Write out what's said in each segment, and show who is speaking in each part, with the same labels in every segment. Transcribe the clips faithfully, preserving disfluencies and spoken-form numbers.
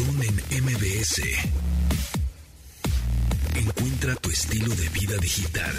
Speaker 1: Pontón en M B S. Encuentra tu estilo de vida digital.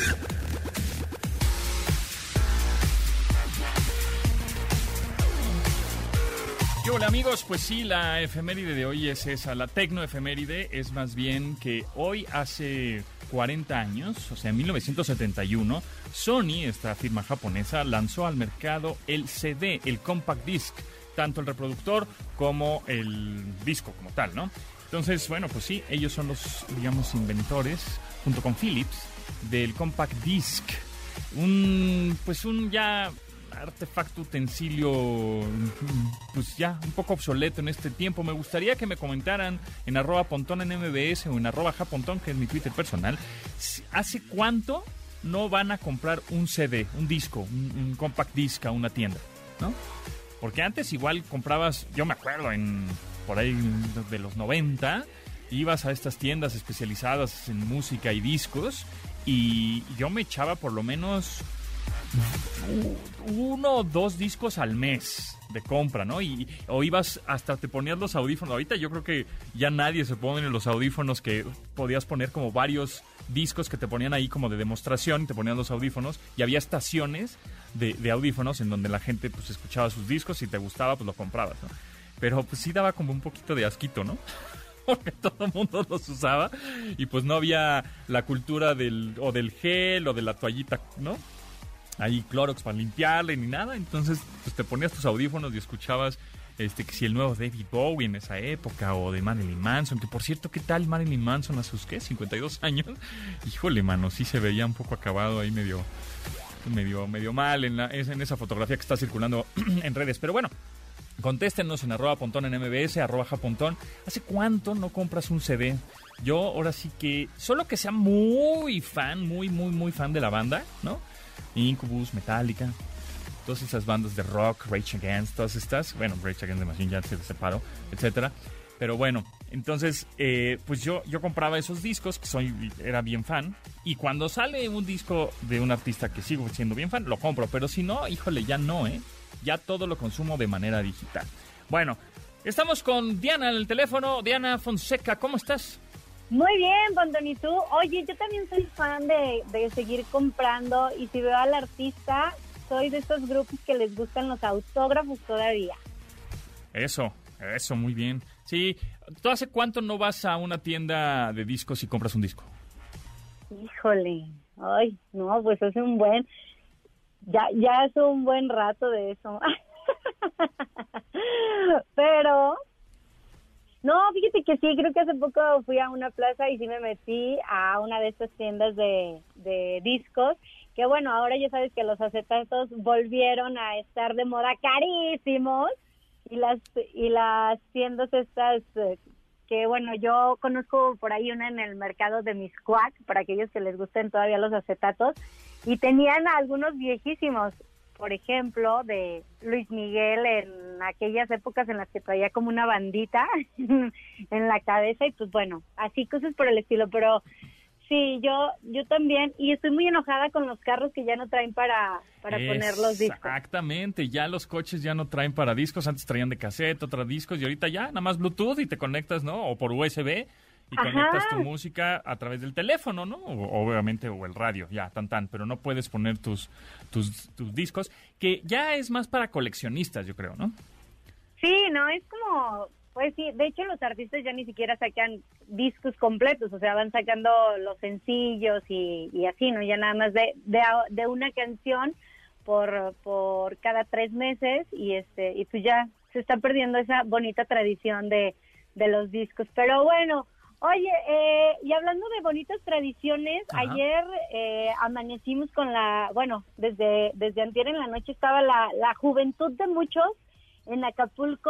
Speaker 2: ¿Qué hola amigos? Pues sí, la efeméride de hoy es esa, la tecnoefeméride es más bien que hoy hace cuarenta años, o sea, en mil novecientos setenta y uno, Sony, esta firma japonesa, lanzó al mercado el C D, el Compact Disc, tanto el reproductor como el disco como tal, ¿no? Entonces, bueno, pues sí, ellos son los, digamos, inventores, junto con Philips, del Compact Disc, un, pues un ya... artefacto, utensilio, pues ya un poco obsoleto en este tiempo. Me gustaría que me comentaran en arroba pontón en M B S o en arroba japontón, que es mi Twitter personal, ¿hace cuánto no van a comprar un C D, un disco, un, un compact disc a una tienda, ¿no? Porque antes igual comprabas, yo me acuerdo, en por ahí de los noventa, ibas a estas tiendas especializadas en música y discos y yo me echaba por lo menos uno o dos discos al mes de compra, ¿no? Y, o ibas hasta te ponías los audífonos. Ahorita yo creo que ya nadie se pone en los audífonos, que podías poner como varios discos que te ponían ahí como de demostración y te ponían los audífonos y había estaciones de, de audífonos en donde la gente pues escuchaba sus discos y te gustaba pues lo comprabas, ¿no? Pero pues sí daba como un poquito de asquito, ¿no? Porque todo el mundo los usaba y pues no había la cultura del o del gel o de la toallita, ¿no? Ahí Clorox para limpiarle ni nada, entonces pues te ponías tus audífonos y escuchabas este que si el nuevo David Bowie en esa época o de Marilyn Manson, que por cierto, ¿qué tal Marilyn Manson a sus qué? cincuenta y dos años. Híjole, mano, sí se veía un poco acabado ahí medio medio medio mal en la en esa fotografía que está circulando en redes, pero bueno, contéstenos en arroba pontón en M B S, arroba japontón. ¿Hace cuánto no compras un C D? Yo ahora sí que, solo que sea muy fan, muy muy muy fan de la banda, ¿no? Incubus, Metallica, todas esas bandas de rock, Rage Against, todas estas, bueno, Rage Against the Machine ya se separó, etcétera. Pero bueno, entonces, eh, pues yo, yo compraba esos discos, que soy, era bien fan, y cuando sale un disco de un artista que sigo siendo bien fan, lo compro, pero si no, híjole, ya no, ¿eh? Ya todo lo consumo de manera digital. Bueno, estamos con Diana en el teléfono. Diana Fonseca, ¿cómo estás?
Speaker 3: Muy bien, Pontón, ¿y tú? Oye, yo también soy fan de, de seguir comprando, y si veo al artista, soy de estos grupos que les gustan los autógrafos todavía.
Speaker 2: Eso, eso, muy bien. Sí, ¿tú hace cuánto no vas a una tienda de discos y compras un disco?
Speaker 3: Híjole, ay, no, pues hace un buen, ya, ya hace un buen rato de eso. Pero... no, fíjate que sí, creo que hace poco fui a una plaza y sí me metí a una de estas tiendas de, de discos, que bueno, ahora ya sabes que los acetatos volvieron a estar de moda carísimos, y las y las tiendas estas, eh, que bueno, yo conozco por ahí una en el mercado de Miscuac, para aquellos que les gusten todavía los acetatos, y tenían algunos viejísimos, por ejemplo, de Luis Miguel en aquellas épocas en las que traía como una bandita en la cabeza, y pues bueno, así cosas por el estilo. Pero sí, yo yo también, y estoy muy enojada con los carros que ya no traen para, para poner los discos.
Speaker 2: Exactamente, ya los coches ya no traen para discos, antes traían de cassette, otros discos, y ahorita ya nada más Bluetooth y te conectas, ¿no? O por U S B, y
Speaker 3: Ajá.
Speaker 2: conectas tu música a través del teléfono, ¿no? O, obviamente, o el radio, ya, tan tan, pero no puedes poner tus, tus, tus discos, que ya es más para coleccionistas, yo creo, ¿no?
Speaker 3: Sí, no, es como, pues sí, de hecho los artistas ya ni siquiera sacan discos completos, o sea, van sacando los sencillos y, y así, ¿no? Ya nada más de, de, de una canción por, por cada tres meses, y este, y pues ya se está perdiendo esa bonita tradición de, de los discos. Pero bueno, oye, eh, y hablando de bonitas tradiciones, ajá, ayer eh, amanecimos con la, bueno, desde, desde antier en la noche estaba la, la juventud de muchos en Acapulco,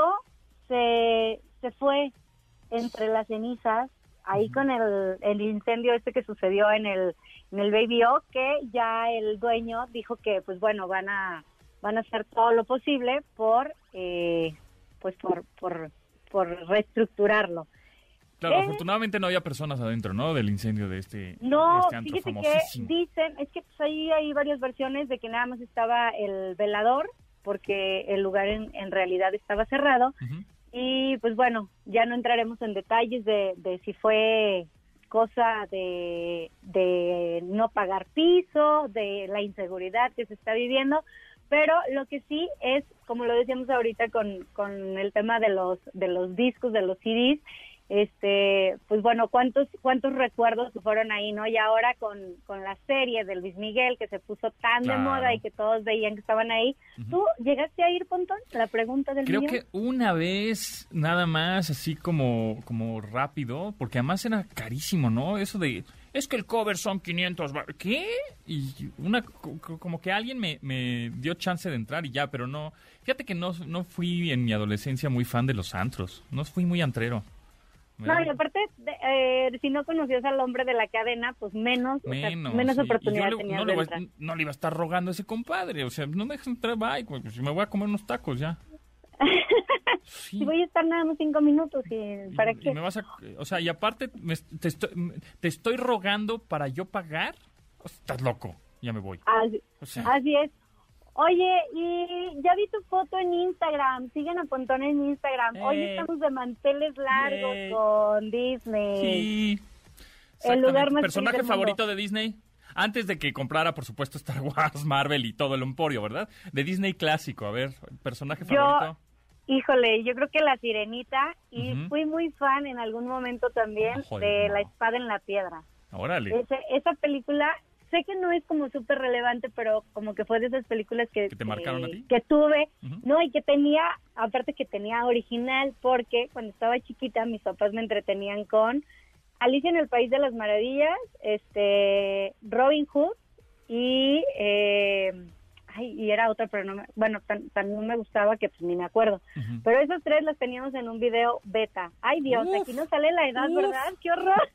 Speaker 3: se, se fue entre las cenizas, ahí uh-huh, con el, el incendio este que sucedió en el, en el Baby O, que ya el dueño dijo que, pues bueno, van a, van a hacer todo lo posible por, eh, pues por, por, por reestructurarlo.
Speaker 2: Claro,
Speaker 3: eh,
Speaker 2: afortunadamente no había personas adentro, ¿no? Del incendio de este,
Speaker 3: no,
Speaker 2: de este antro
Speaker 3: fíjate
Speaker 2: famosísimo.
Speaker 3: Que dicen, es que pues ahí hay varias versiones de que nada más estaba el velador, porque el lugar en, en realidad estaba cerrado, uh-huh, Y pues bueno, ya no entraremos en detalles de, de si fue cosa de, de no pagar piso, de la inseguridad que se está viviendo, pero lo que sí es, como lo decíamos ahorita con, con el tema de los de los discos, de los C Ds, este, pues bueno, cuántos cuántos recuerdos fueron ahí, ¿no? Y ahora con, con la serie de Luis Miguel, que se puso tan
Speaker 2: Claro.
Speaker 3: de moda y que todos veían que estaban ahí.
Speaker 2: Uh-huh.
Speaker 3: ¿Tú llegaste a ir, Pontón? La pregunta del
Speaker 2: Creo
Speaker 3: millón.
Speaker 2: que una vez, nada más, así como, como rápido, porque además era carísimo, ¿no? Eso de, es que el cover son quinientos, bar- ¿qué? Y una, co- co- como que alguien me, me dio chance de entrar y ya, pero no, fíjate que no, no fui en mi adolescencia muy fan de los antros, no fui muy antrero.
Speaker 3: No, y aparte, de, eh, si no conocías al hombre de la cadena, pues menos,
Speaker 2: Menos,
Speaker 3: o sea, menos
Speaker 2: sí.
Speaker 3: oportunidad
Speaker 2: Y yo le-
Speaker 3: tenías
Speaker 2: no,
Speaker 3: de
Speaker 2: le voy,
Speaker 3: entrar.
Speaker 2: no le iba a estar rogando a ese compadre, o sea, no me dejes entrar, bye, pues, si me voy a comer unos tacos ya. Sí.
Speaker 3: Y voy a estar nada más cinco minutos, y ¿para
Speaker 2: Y-
Speaker 3: qué?
Speaker 2: y me vas a, o sea, y aparte me- te, estoy, te estoy rogando para yo pagar. Estás loco, ya me voy.
Speaker 3: Así,
Speaker 2: O sea,
Speaker 3: así es. Oye, y ya vi tu foto en Instagram, siguen a Pontón en Instagram. Hoy
Speaker 2: Eh.
Speaker 3: estamos de manteles largos
Speaker 2: Eh.
Speaker 3: con Disney.
Speaker 2: sí.
Speaker 3: El lugar
Speaker 2: Exactamente.
Speaker 3: más
Speaker 2: ¿Personaje
Speaker 3: feliz del mundo.
Speaker 2: favorito de Disney? Antes de que comprara, por supuesto, Star Wars, Marvel y todo el emporio, ¿verdad? De Disney clásico, a ver, personaje
Speaker 3: Yo-
Speaker 2: favorito.
Speaker 3: Híjole, yo creo que La Sirenita, y
Speaker 2: Ujú.
Speaker 3: fui muy fan en algún momento también
Speaker 2: No, joder,
Speaker 3: de
Speaker 2: no.
Speaker 3: La Espada en la Piedra.
Speaker 2: Órale.
Speaker 3: Ese, esa película, sé que no es como súper relevante, pero como que fue de esas películas que,
Speaker 2: ¿Que te marcaron a ti?
Speaker 3: que tuve,
Speaker 2: Ujú.
Speaker 3: no, y que tenía, aparte que tenía original, porque cuando estaba chiquita mis papás me entretenían con Alicia en el País de las Maravillas, este, Robin Hood y, eh, ay, y era otra, pero no me, bueno, tan, tan no me gustaba que pues ni me acuerdo.
Speaker 2: Ujú.
Speaker 3: Pero esas tres las teníamos en un video beta. Ay Dios,
Speaker 2: Uf,
Speaker 3: aquí no sale la edad,
Speaker 2: uf.
Speaker 3: ¿verdad? ¡Qué horror!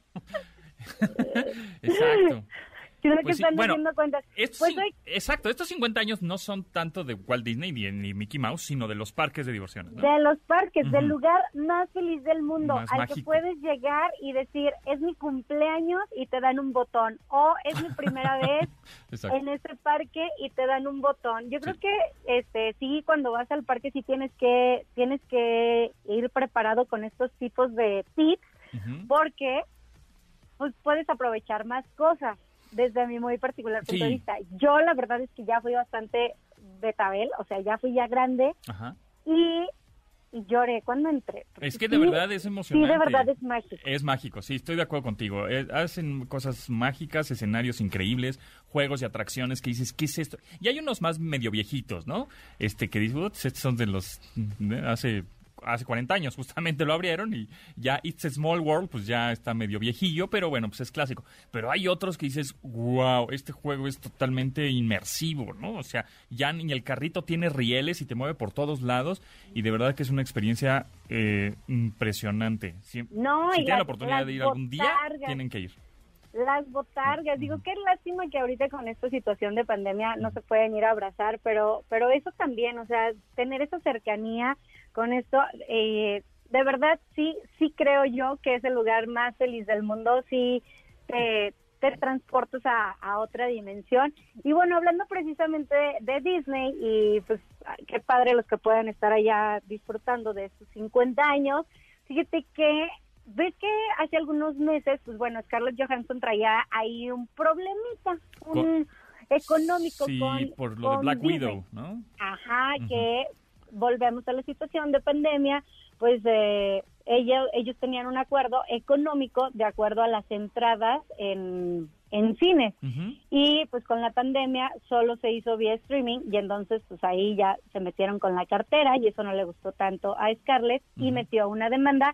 Speaker 2: Exacto.
Speaker 3: Creo que
Speaker 2: Pues sí,
Speaker 3: están
Speaker 2: bueno,
Speaker 3: haciendo cuentas.
Speaker 2: Estos
Speaker 3: Pues
Speaker 2: cin-
Speaker 3: hoy,
Speaker 2: Exacto, estos cincuenta años no son tanto de Walt Disney ni, ni Mickey Mouse, sino de los parques de diversiones, ¿no?
Speaker 3: de los parques,
Speaker 2: Ujú.
Speaker 3: del lugar más feliz del mundo,
Speaker 2: Más
Speaker 3: al que
Speaker 2: mágico.
Speaker 3: puedes llegar y decir, es mi cumpleaños y te dan un botón, o es mi primera vez
Speaker 2: Exacto.
Speaker 3: en ese parque y te dan un botón. Yo creo
Speaker 2: Sí.
Speaker 3: que este sí, cuando vas al parque sí tienes que tienes que ir preparado con estos tipos de tips,
Speaker 2: Ujú.
Speaker 3: porque pues puedes aprovechar más cosas desde mi muy particular punto
Speaker 2: Sí.
Speaker 3: de vista. Yo la verdad es que ya fui bastante betabel, o sea, ya fui ya grande
Speaker 2: Ajá.
Speaker 3: y, y lloré cuando entré.
Speaker 2: Es que
Speaker 3: Sí,
Speaker 2: de verdad es
Speaker 3: Sí,
Speaker 2: emocionante.
Speaker 3: de verdad es mágico.
Speaker 2: Es mágico, sí, estoy de acuerdo contigo. Eh, hacen cosas mágicas, escenarios increíbles, juegos y atracciones que dices, ¿qué es esto? Y hay unos más medio viejitos, ¿no? Este que dices, "Uts, estos son de los de hace hace cuarenta años justamente lo abrieron y ya It's a Small World pues ya está medio viejillo, pero bueno, pues es clásico. Pero hay otros que dices, wow, este juego es totalmente inmersivo, ¿no? O sea, ya ni el carrito tiene rieles y te mueve por todos lados y de verdad que es una experiencia eh, impresionante. Si,
Speaker 3: No,
Speaker 2: si
Speaker 3: y
Speaker 2: tienen la
Speaker 3: las-
Speaker 2: oportunidad
Speaker 3: las
Speaker 2: de ir algún día,
Speaker 3: botargas.
Speaker 2: tienen que ir.
Speaker 3: Las botargas, digo, qué lástima que ahorita con esta situación de pandemia no se pueden ir a abrazar, pero pero eso también, o sea, tener esa cercanía con esto, eh, de verdad sí sí creo yo que es el lugar más feliz del mundo, sí te, te transportas a, a otra dimensión. Y bueno, hablando precisamente de, de Disney, y pues qué padre los que puedan estar allá disfrutando de estos cincuenta años, fíjate que ves que hace algunos meses, pues bueno, Scarlett Johansson traía ahí un problemita, un
Speaker 2: Con-
Speaker 3: económico
Speaker 2: Sí,
Speaker 3: con
Speaker 2: por lo de
Speaker 3: con
Speaker 2: Black
Speaker 3: Disney.
Speaker 2: Widow, ¿no?
Speaker 3: Ajá,
Speaker 2: Ujú.
Speaker 3: que volvemos a la situación de pandemia, pues eh, ella, ellos tenían un acuerdo económico de acuerdo a las entradas en, en cines.
Speaker 2: Ujú.
Speaker 3: Y pues con la pandemia solo se hizo vía streaming y entonces pues ahí ya se metieron con la cartera y eso no le gustó tanto a Scarlett y
Speaker 2: Ujú.
Speaker 3: metió una demanda.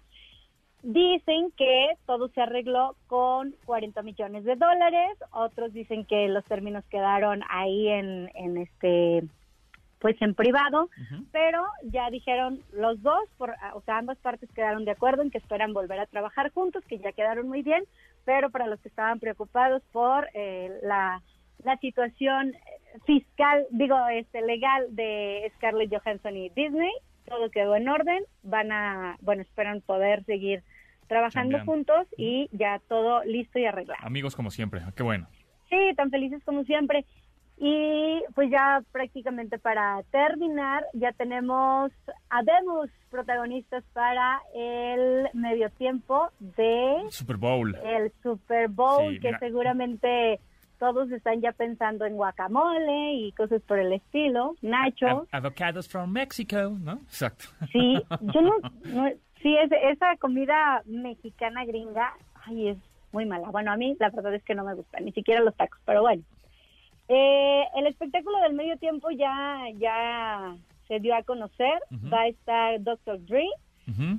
Speaker 3: Dicen que todo se arregló con cuarenta millones de dólares, otros dicen que los términos quedaron ahí en, en este pues en privado,
Speaker 2: Ujú.
Speaker 3: pero ya dijeron los dos, por, o sea, ambas partes quedaron de acuerdo en que esperan volver a trabajar juntos, que ya quedaron muy bien, pero para los que estaban preocupados por eh, la, la situación fiscal, digo, este legal de Scarlett Johansson y Disney, todo quedó en orden, van a, bueno, esperan poder seguir trabajando
Speaker 2: Chambeando.
Speaker 3: juntos y ya todo listo y arreglado.
Speaker 2: Amigos como siempre, qué bueno.
Speaker 3: Sí, tan felices como siempre. Y pues ya prácticamente para terminar, ya tenemos, habemos protagonistas para el medio tiempo de
Speaker 2: Super Bowl.
Speaker 3: El Super Bowl,
Speaker 2: Sí,
Speaker 3: que
Speaker 2: mira.
Speaker 3: seguramente todos están ya pensando en guacamole y cosas por el estilo, nachos.
Speaker 2: Av- avocados from Mexico, ¿no? Exacto.
Speaker 3: Sí, yo no, no sí, es, esa comida mexicana gringa, ay, es muy mala. Bueno, a mí la verdad es que no me gusta, ni siquiera los tacos, pero bueno. Eh, el espectáculo del medio tiempo ya, ya se dio a conocer,
Speaker 2: Ujú.
Speaker 3: va a estar doctor Dre.
Speaker 2: Ujú.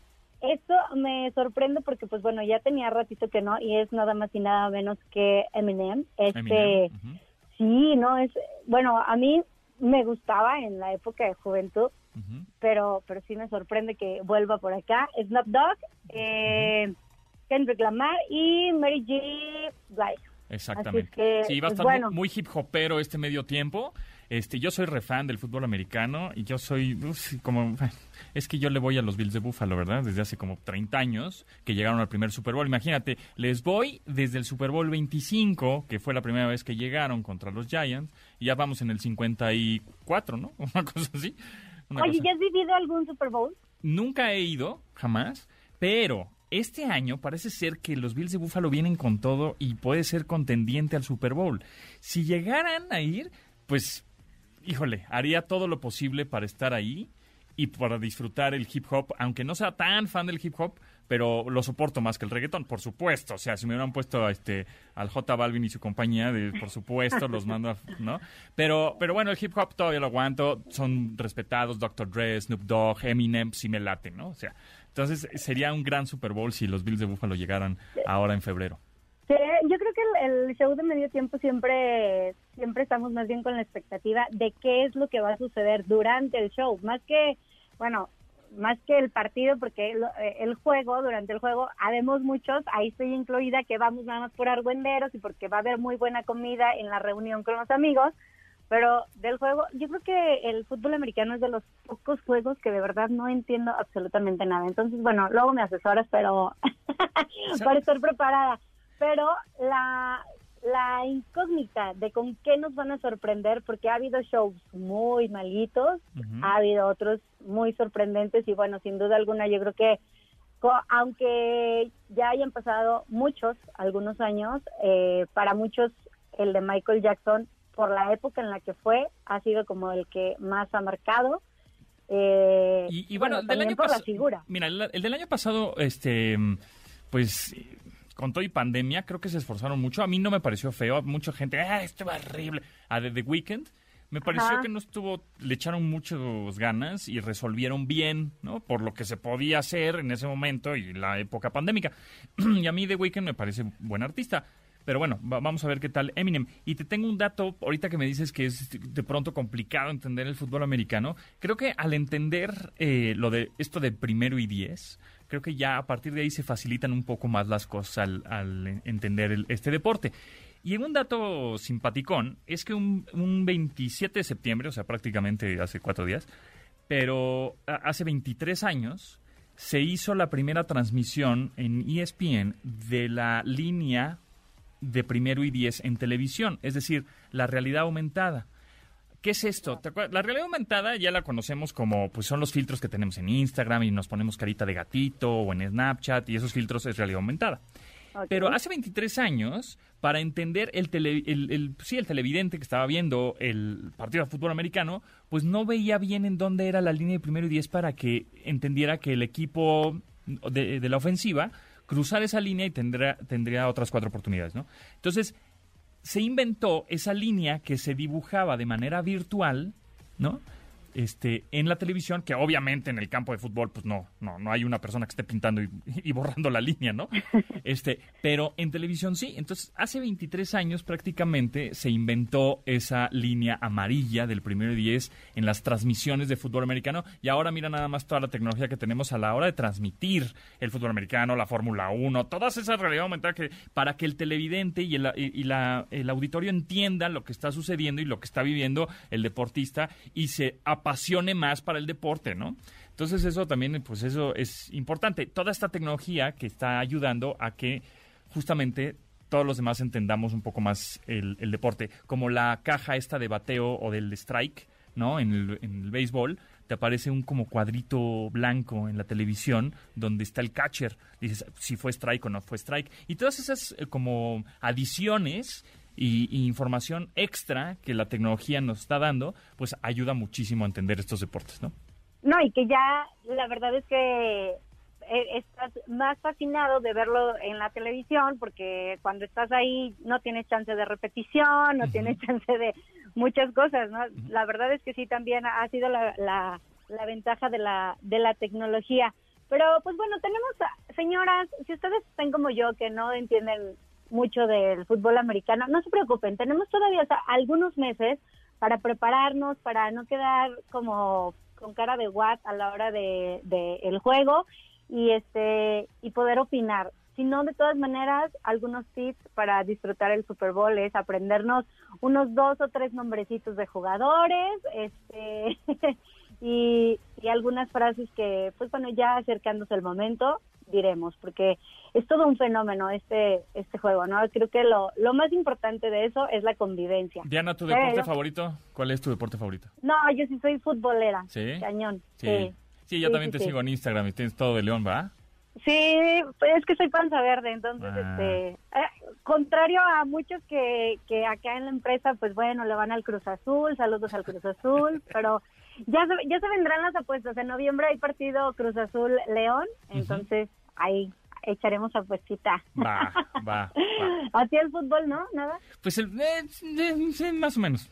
Speaker 3: Esto me sorprende porque, pues bueno, ya tenía ratito que no, y es nada más y nada menos que Eminem. Este,
Speaker 2: Eminem, ujú.
Speaker 3: sí, no, es, bueno, a mí me gustaba en la época de juventud,
Speaker 2: Ujú.
Speaker 3: pero pero sí me sorprende que vuelva por acá. Snoop Dogg, eh, Kendrick Lamar y Mary J. Blige.
Speaker 2: Exactamente.
Speaker 3: Así que,
Speaker 2: sí, va a
Speaker 3: pues,
Speaker 2: estar
Speaker 3: bueno.
Speaker 2: muy, muy hip hopero este medio tiempo. Este, yo soy refan del fútbol americano y yo soy uf, como es que yo le voy a los Bills de Buffalo, ¿verdad? Desde hace como treinta años que llegaron al primer Super Bowl. Imagínate, les voy desde el Super Bowl veinticinco, que fue la primera vez que llegaron contra los Giants, y ya vamos en el cincuenta y cuatro, ¿no? Una cosa así. Una
Speaker 3: Oye,
Speaker 2: cosa-
Speaker 3: ¿ya has vivido algún Super Bowl?
Speaker 2: Nunca he ido, jamás, pero este año parece ser que los Bills de Buffalo vienen con todo y puede ser contendiente al Super Bowl. Si llegaran a ir, pues, híjole, haría todo lo posible para estar ahí y para disfrutar el hip hop, aunque no sea tan fan del hip hop, pero lo soporto más que el reggaetón, por supuesto. O sea, si me hubieran puesto a este, al J Balvin y su compañía, de, por supuesto, los mando a, ¿no? Pero, pero bueno, el hip hop todavía lo aguanto, son respetados, doctor Dre, Snoop Dogg, Eminem, sí me late, ¿no? O sea, entonces sería un gran Super Bowl si los Bills de Buffalo llegaran ahora en febrero.
Speaker 3: Sí, yo creo que el, el show de medio tiempo siempre siempre estamos más bien con la expectativa de qué es lo que va a suceder durante el show, más que, bueno, más que el partido, porque el, el juego, durante el juego, habemos muchos, ahí estoy incluida, que vamos nada más por argüenderos y porque va a haber muy buena comida en la reunión con los amigos, pero del juego, yo creo que el fútbol americano es de los pocos juegos que de verdad no entiendo absolutamente nada. Entonces, bueno, luego me asesoras, pero para estar preparada. Pero la, la incógnita de con qué nos van a sorprender, porque ha habido shows muy malitos,
Speaker 2: Ujú.
Speaker 3: ha habido otros muy sorprendentes y bueno, sin duda alguna yo creo que co- aunque ya hayan pasado muchos, algunos años, eh, para muchos el de Michael Jackson, por la época en la que fue, ha sido como el que más ha marcado. Eh,
Speaker 2: Y, y bueno, el del
Speaker 3: también
Speaker 2: año
Speaker 3: por la
Speaker 2: pasado.
Speaker 3: figura.
Speaker 2: Mira, el, el del año pasado, este, pues, con todo y pandemia, creo que se esforzaron mucho. A mí no me pareció feo. Mucha gente, ah, esto va horrible. A The, The Weeknd, me pareció
Speaker 3: Ajá.
Speaker 2: que no estuvo, le echaron muchas ganas y resolvieron bien, ¿no? Por lo que se podía hacer en ese momento y la época pandémica. Y a mí The Weeknd me parece buen artista. Pero bueno, va- vamos a ver qué tal Eminem. Y te tengo un dato, ahorita que me dices que es de pronto complicado entender el fútbol americano. Creo que al entender eh, lo de esto de primero y diez, creo que ya a partir de ahí se facilitan un poco más las cosas al, al entender el- este deporte. Y un dato simpaticón es que un, un veintisiete de septiembre, o sea, prácticamente hace cuatro días, pero a- hace veintitrés años se hizo la primera transmisión en E S P N de la línea de primero y diez en televisión, es decir, la realidad aumentada. ¿Qué es esto? ¿Te acuerdas? La realidad aumentada ya la conocemos como, pues son los filtros que tenemos en Instagram y nos ponemos carita de gatito o en Snapchat y esos filtros es realidad aumentada.
Speaker 3: Ok.
Speaker 2: Pero hace veintitrés años, para entender el, tele, el, el- sí, el televidente que estaba viendo el partido de fútbol americano, pues no veía bien en dónde era la línea de primero y diez para que entendiera que el equipo de, de la ofensiva cruzar esa línea y tendrá, tendría otras cuatro oportunidades, ¿no? Entonces, se inventó esa línea que se dibujaba de manera virtual, ¿no? Este, en la televisión, que obviamente en el campo de fútbol, pues no, no, no hay una persona que esté pintando y, y borrando la línea, ¿no? Este, pero en televisión sí. Entonces, hace veintitrés años prácticamente se inventó esa línea amarilla del primero y diez en las transmisiones de fútbol americano. Y ahora mira nada más toda la tecnología que tenemos a la hora de transmitir el fútbol americano, la Fórmula uno, todas esas realidad aumentada que para que el televidente y el, y, y la, el auditorio entiendan lo que está sucediendo y lo que está viviendo el deportista y se apasione más para el deporte, ¿no? Entonces eso también, pues eso es importante. Toda esta tecnología que está ayudando a que justamente todos los demás entendamos un poco más el, el deporte. Como la caja esta de bateo o del strike, ¿no? En el, en el béisbol, te aparece un como cuadrito blanco en la televisión donde está el catcher. Dices si fue strike o no fue strike. Y todas esas eh, como adiciones y, y información extra que la tecnología nos está dando, pues ayuda muchísimo a entender estos deportes, ¿no?
Speaker 3: No, y que ya la verdad es que estás más fascinado de verlo en la televisión, porque cuando estás ahí no tienes chance de repetición, no uh-huh. tienes chance de muchas cosas, ¿no? Uh-huh. La verdad es que sí, también ha sido la, la, la ventaja de la, de la tecnología. Pero, pues bueno, tenemos, señoras, si ustedes están como yo, que no entienden mucho del fútbol americano, no se preocupen, tenemos todavía o sea, algunos meses para prepararnos, para no quedar como con cara de what a la hora de, de el juego, y este y poder opinar. Si no, de todas maneras, algunos tips para disfrutar el Super Bowl es aprendernos unos dos o tres nombrecitos de jugadores, este y, y algunas frases que, pues bueno, ya acercándose el momento, diremos, porque es todo un fenómeno este este juego, ¿no? Creo que lo, lo más importante de eso es la convivencia.
Speaker 2: Diana, ¿tu deporte
Speaker 3: Pero,
Speaker 2: favorito? ¿Cuál es tu deporte favorito?
Speaker 3: No, yo sí soy futbolera.
Speaker 2: ¿Sí?
Speaker 3: Cañón.
Speaker 2: Sí.
Speaker 3: Sí.
Speaker 2: Sí, yo
Speaker 3: sí,
Speaker 2: también
Speaker 3: sí,
Speaker 2: te
Speaker 3: sí.
Speaker 2: sigo en Instagram y tienes todo de León, ¿va?
Speaker 3: Sí, pues es que soy panza verde, entonces,
Speaker 2: Ah.
Speaker 3: este, eh, contrario a muchos que, que acá en la empresa, pues bueno, le van al Cruz Azul, saludos al Cruz Azul, pero ya se, ya se vendrán las apuestas. En noviembre hay partido Cruz Azul León, entonces uh-huh. ahí echaremos apuestita.
Speaker 2: Va, va, va.
Speaker 3: ¿A ti el fútbol, no? ¿Nada?
Speaker 2: Pues el, eh, eh, sí, más o menos.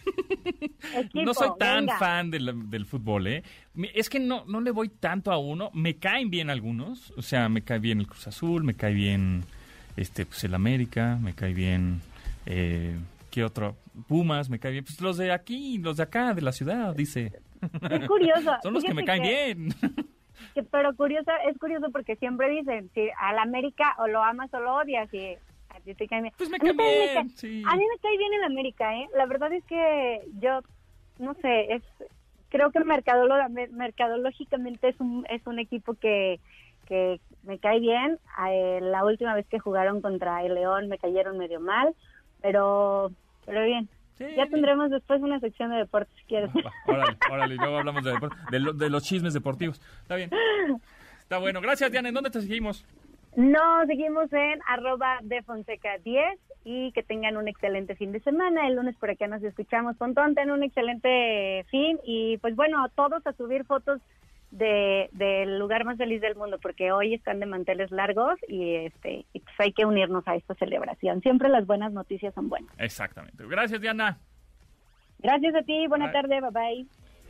Speaker 3: Equipo,
Speaker 2: no soy tan
Speaker 3: venga.
Speaker 2: fan del, del fútbol, ¿eh? Es que no, no le voy tanto a uno. Me caen bien algunos. O sea, me cae bien el Cruz Azul, me cae bien este pues el América, me cae bien... Eh, ¿Qué otro? Pumas, me cae bien. Pues los de aquí, los de acá, de la ciudad, dice.
Speaker 3: Es curioso.
Speaker 2: Son los que me caen
Speaker 3: que...
Speaker 2: bien.
Speaker 3: Que, pero curioso, es curioso porque siempre dicen, si al América o lo amas o lo odias, y a ti te cae bien.
Speaker 2: Pues me
Speaker 3: A mí
Speaker 2: cae
Speaker 3: también
Speaker 2: bien,
Speaker 3: me cae-
Speaker 2: sí.
Speaker 3: A mí me cae bien el América, ¿eh? La verdad es que yo, no sé, es creo que mercadolo- mercadológicamente es un es un equipo que, que me cae bien. Eh, la última vez que jugaron contra el León me cayeron medio mal, pero pero bien.
Speaker 2: Sí,
Speaker 3: Ya tendremos después una sección de deportes, si quieres.
Speaker 2: Va, órale, órale, y luego hablamos de, deport- de, lo- de los chismes deportivos. Está bien. Está bueno. Gracias, Diana. ¿En dónde te seguimos?
Speaker 3: Nos seguimos en arroba de Fonseca diez y que tengan un excelente fin de semana. El lunes por acá nos escuchamos. Pontón, ten un excelente fin y pues bueno, todos a subir fotos de del lugar más feliz del mundo, porque hoy están de manteles largos y este y pues hay que unirnos a esta celebración. Siempre las buenas noticias son buenas.
Speaker 2: Exactamente. Gracias, Diana.
Speaker 3: Gracias a ti, buena
Speaker 2: Bye.
Speaker 3: tarde, bye bye.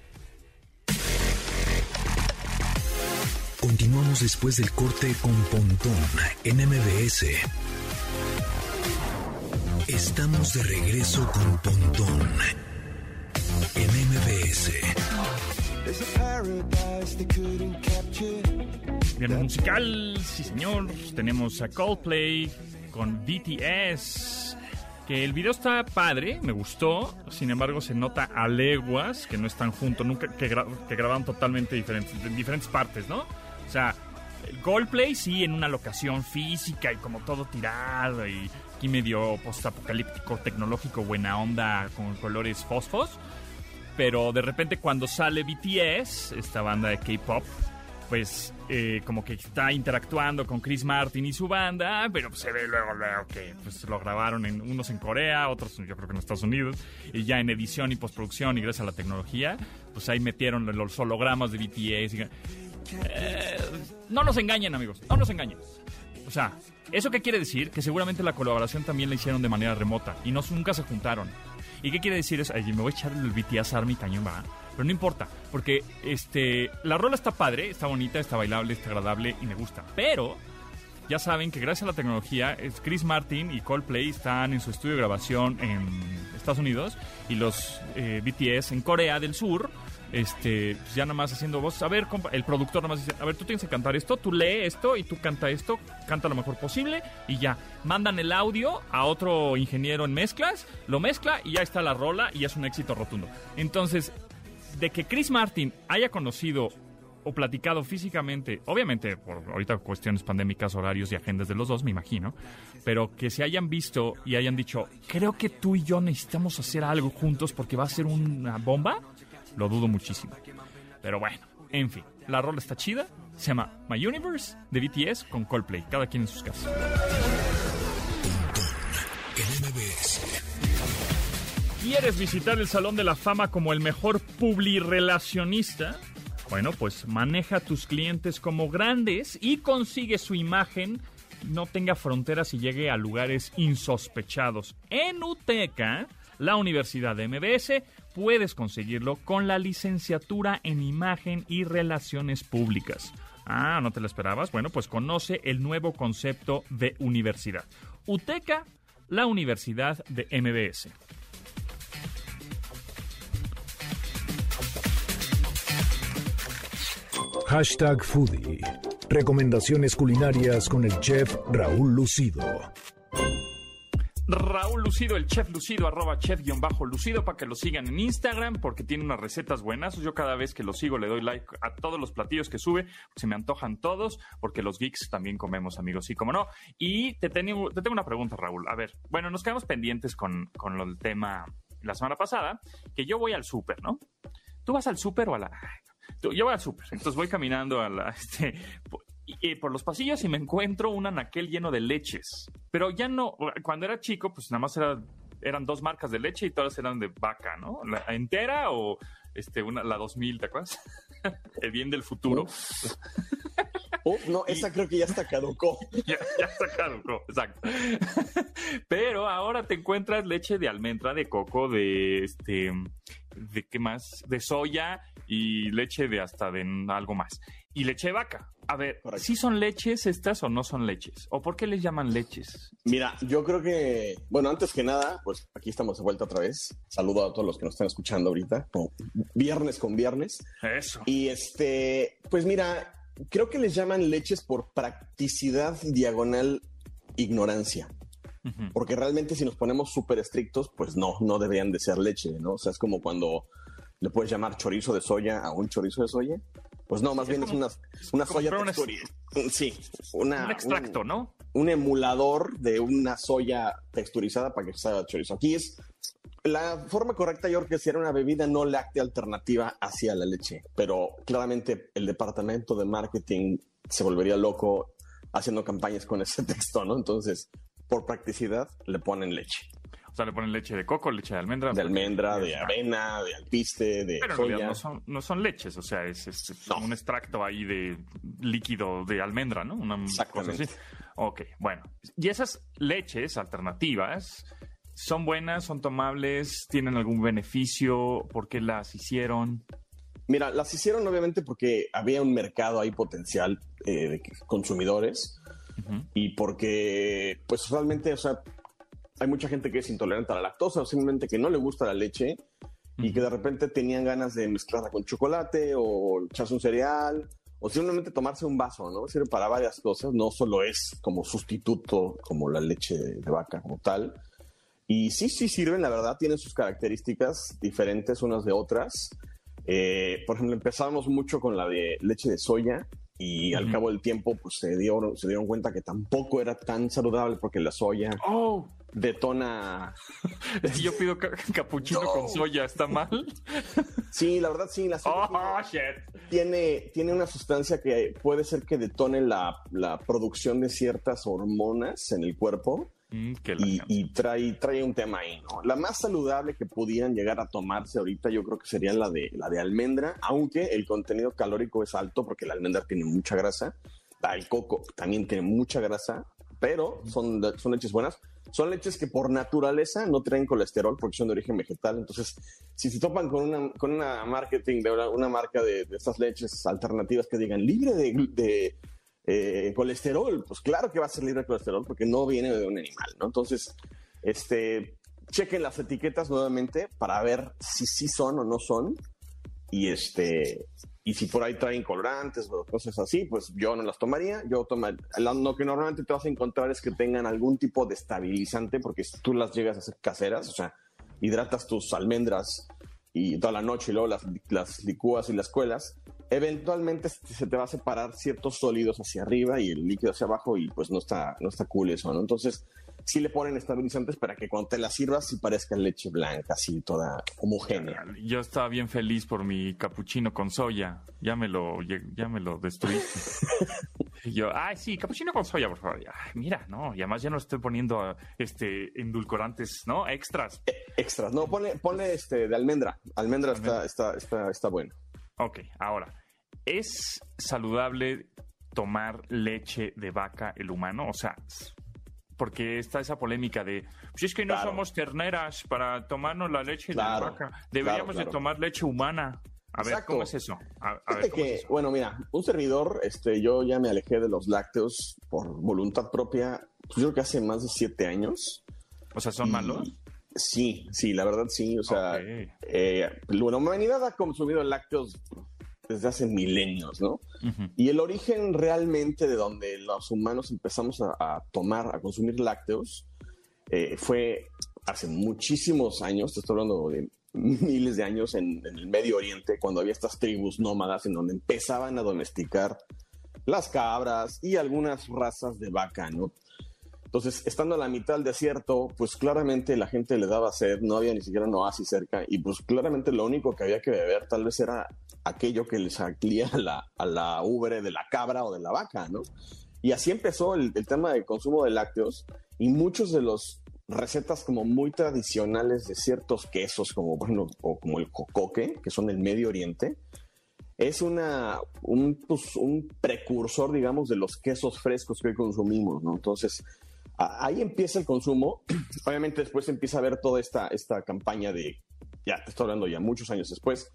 Speaker 1: Continuamos después del corte con Pontón en M B S. Estamos de regreso con Pontón en M B S.
Speaker 2: Viernes musical, sí señor. Tenemos a Coldplay con B T S. Que el video está padre, me gustó. Sin embargo, se nota a leguas que no están juntos, nunca que, gra- que grabaron totalmente diferentes, en diferentes partes, ¿no? O sea, el Coldplay sí en una locación física y como todo tirado y aquí medio postapocalíptico, tecnológico, buena onda con colores fosfos. Pero de repente cuando sale B T S, esta banda de K-pop, pues eh, como que está interactuando con Chris Martin y su banda, pero pues se ve luego, luego que pues lo grabaron en unos en Corea, otros yo creo que en Estados Unidos, y ya en edición y postproducción y gracias a la tecnología, pues ahí metieron los hologramas de B T S. Y, eh, no nos engañen, amigos, no nos engañen. O sea, ¿eso qué quiere decir? Que seguramente la colaboración también la hicieron de manera remota y no, nunca se juntaron. ¿Y qué quiere decir eso? Ay, me voy a echar el B T S Army cañón, va. Pero no importa, porque este la rola está padre, está bonita, está bailable, está agradable y me gusta. Pero ya saben que gracias a la tecnología, es Chris Martin y Coldplay están en su estudio de grabación en Estados Unidos y los eh, B T S en Corea del Sur. Este, pues ya nada más haciendo voz. A ver, compa, el productor nada más dice, a ver, tú tienes que cantar esto, tú lee esto y tú canta esto, canta lo mejor posible y ya. Mandan el audio a otro ingeniero en mezclas, lo mezcla y ya está la rola y es un éxito rotundo. Entonces, de que Chris Martin haya conocido o platicado físicamente, obviamente por ahorita cuestiones pandémicas, horarios y agendas de los dos, me imagino, pero que se hayan visto y hayan dicho, creo que tú y yo necesitamos hacer algo juntos porque va a ser una bomba, lo dudo muchísimo. Pero bueno, en fin, la rola está chida, se llama My Universe de B T S con Coldplay, cada quien en sus casas. ¿Quieres visitar el Salón de la Fama como el mejor publirelacionista? Bueno, pues maneja a tus clientes como grandes y consigue su imagen, no tenga fronteras y llegue a lugares insospechados. En UTECA, la Universidad de M B S, puedes conseguirlo con la licenciatura en Imagen y Relaciones Públicas. Ah, ¿no te la esperabas? Bueno, pues conoce el nuevo concepto de universidad. UTECA, la Universidad de M B S.
Speaker 1: Hashtag Foodie. Recomendaciones culinarias con el chef Raúl Lucido.
Speaker 2: Raúl Lucido, el chef Lucido, arroba chef-lucido, para que lo sigan en Instagram, porque tiene unas recetas buenas. Yo cada vez que lo sigo le doy like a todos los platillos que sube, se me antojan todos, porque los geeks también comemos, amigos, sí, como no. Y te tengo, te tengo una pregunta, Raúl. A ver, bueno, nos quedamos pendientes con, con lo del tema la semana pasada, que yo voy al súper, ¿no? ¿Tú vas al súper o a la...? Yo voy al súper, entonces voy caminando a la, este, por, y, por los pasillos y me encuentro un anaquel lleno de leches. Pero ya no, cuando era chico, pues nada más era, eran dos marcas de leche y todas eran de vaca, ¿no? La entera o este, una, la dos mil, ¿te acuerdas? El bien del futuro.
Speaker 4: Oh, no, esa y, creo que ya está caducó.
Speaker 2: Ya, ya está caducó, exacto. Pero ahora te encuentras leche de almendra, de coco, de este, de qué más, de soya y leche de hasta de algo más. Y leche de vaca. A ver, correcto. ¿Sí son leches estas o no son leches? ¿O por qué les llaman leches?
Speaker 4: Mira, yo creo que, bueno, antes que nada, pues aquí estamos de vuelta otra vez. Saludo a todos los que nos están escuchando ahorita, como viernes con viernes.
Speaker 2: Eso.
Speaker 4: Y este, pues mira, creo que les llaman leches por practicidad diagonal ignorancia. Uh-huh. Porque realmente si nos ponemos súper estrictos, pues no, no deberían de ser leche, ¿no? O sea, es como cuando le puedes llamar chorizo de soya a un chorizo de soya. Pues no, más sí, bien es, como, es una, una soya texturizada. Un, sí, una,
Speaker 2: un extracto,
Speaker 4: un,
Speaker 2: ¿no?
Speaker 4: Un emulador de una soya texturizada para que salga chorizo. Aquí es la forma correcta, yo creo que sería una bebida no láctea alternativa hacia la leche. Pero claramente el departamento de marketing se volvería loco haciendo campañas con ese texto, ¿no? Entonces, por practicidad, le ponen leche.
Speaker 2: O sea, le ponen leche de coco, leche de almendra.
Speaker 4: De almendra, de avena, de alpiste, de
Speaker 2: Pero en
Speaker 4: soya.
Speaker 2: realidad no son, no son leches, o sea, es, es, es no. un extracto ahí de líquido de almendra, ¿no? Una cosa así. Ok, bueno. Y esas leches alternativas son buenas, son tomables, tienen algún beneficio, ¿por qué las hicieron?
Speaker 4: Mira, las hicieron obviamente porque había un mercado ahí potencial eh, de consumidores uh-huh. y porque, pues realmente, o sea, hay mucha gente que es intolerante a la lactosa o simplemente que no le gusta la leche uh-huh. y que de repente tenían ganas de mezclarla con chocolate o echarse un cereal o simplemente tomarse un vaso, ¿no? Sirve para varias cosas, no solo es como sustituto como la leche de, de vaca como tal. Y sí, sí sirven, la verdad, tienen sus características diferentes unas de otras. Eh, por ejemplo, empezamos mucho con la de leche de soya y uh-huh. al cabo del tiempo pues se dieron, se dieron cuenta que tampoco era tan saludable porque la soya
Speaker 2: oh.
Speaker 4: detona...
Speaker 2: Si yo pido ca- capuchino no. con soya, ¿está mal?
Speaker 4: Sí, la verdad sí. La soya
Speaker 2: oh,
Speaker 4: tiene,
Speaker 2: shit.
Speaker 4: tiene, tiene una sustancia que puede ser que detone la, la producción de ciertas hormonas en el cuerpo.
Speaker 2: Mm,
Speaker 4: y, y trae, trae un tema ahí, ¿no? La más saludable que pudieran llegar a tomarse ahorita yo creo que sería la de, la de almendra, aunque el contenido calórico es alto porque la almendra tiene mucha grasa, el coco también tiene mucha grasa, pero son, son leches buenas. Son leches que por naturaleza no traen colesterol porque son de origen vegetal. Entonces, si se topan con una, con una marketing de una, una marca de, de estas leches alternativas que digan libre de... de Eh, colesterol, pues claro que va a ser libre de colesterol porque no viene de un animal, ¿no? Entonces, este, chequen las etiquetas nuevamente para ver si sí son o no son y este y si por ahí traen colorantes o cosas así, pues yo no las tomaría. Yo tomaría, lo que normalmente te vas a encontrar es que tengan algún tipo de estabilizante porque si tú las llegas a hacer caseras, o sea, hidratas tus almendras y toda la noche y luego las, las licúas y las cuelas, eventualmente se te va a separar ciertos sólidos hacia arriba y el líquido hacia abajo y pues no está, no está cool eso, ¿no? Entonces sí le ponen estabilizantes para que cuando te la sirvas sí parezca leche blanca, así toda homogénea.
Speaker 2: Yo estaba bien feliz por mi capuchino con soya. Ya me lo, ya me lo destruiste. Y yo, ay, sí, capuchino con soya, por favor. Ay, mira, no, y además ya no estoy poniendo este endulcorantes, ¿no? Extras.
Speaker 4: Eh, extras, no, ponle, ponle este de almendra. Almendra, almendra. Está, está, está, está bueno.
Speaker 2: Ok, ahora, ¿es saludable tomar leche de vaca el humano? O sea, porque está esa polémica de, pues es que no claro. somos terneras para tomarnos la leche claro, de vaca. Deberíamos claro, claro. de tomar leche humana. A ver, Exacto. ¿cómo es eso? A, a ver, ¿cómo
Speaker 4: que,
Speaker 2: es eso?
Speaker 4: Bueno, mira, un servidor, este, yo ya me alejé de los lácteos por voluntad propia, pues yo creo que hace más de siete años.
Speaker 2: O sea, ¿son y, malos?
Speaker 4: Sí, sí, la verdad sí. O sea, okay. eh, la humanidad ha consumido lácteos desde hace milenios, ¿no? Uh-huh. Y el origen realmente de donde los humanos empezamos a, a tomar, a consumir lácteos, eh, fue hace muchísimos años, te estoy hablando de miles de años en, en el Medio Oriente, cuando había estas tribus nómadas en donde empezaban a domesticar las cabras y algunas razas de vaca, ¿no? Entonces, estando a la mitad del desierto, pues claramente la gente le daba sed, no había ni siquiera un oasis cerca, y pues claramente lo único que había que beber tal vez era aquello que le salía a la, a la ubre de la cabra o de la vaca, ¿no? Y así empezó el, el tema del consumo de lácteos, y muchos de los recetas como muy tradicionales de ciertos quesos, como, bueno, o como el jocoque, que son del Medio Oriente, es una, un, pues, un precursor, digamos, de los quesos frescos que hoy consumimos, ¿no? Entonces, a, ahí empieza el consumo. Obviamente después empieza a haber toda esta, esta campaña de, ya te estoy hablando ya muchos años después,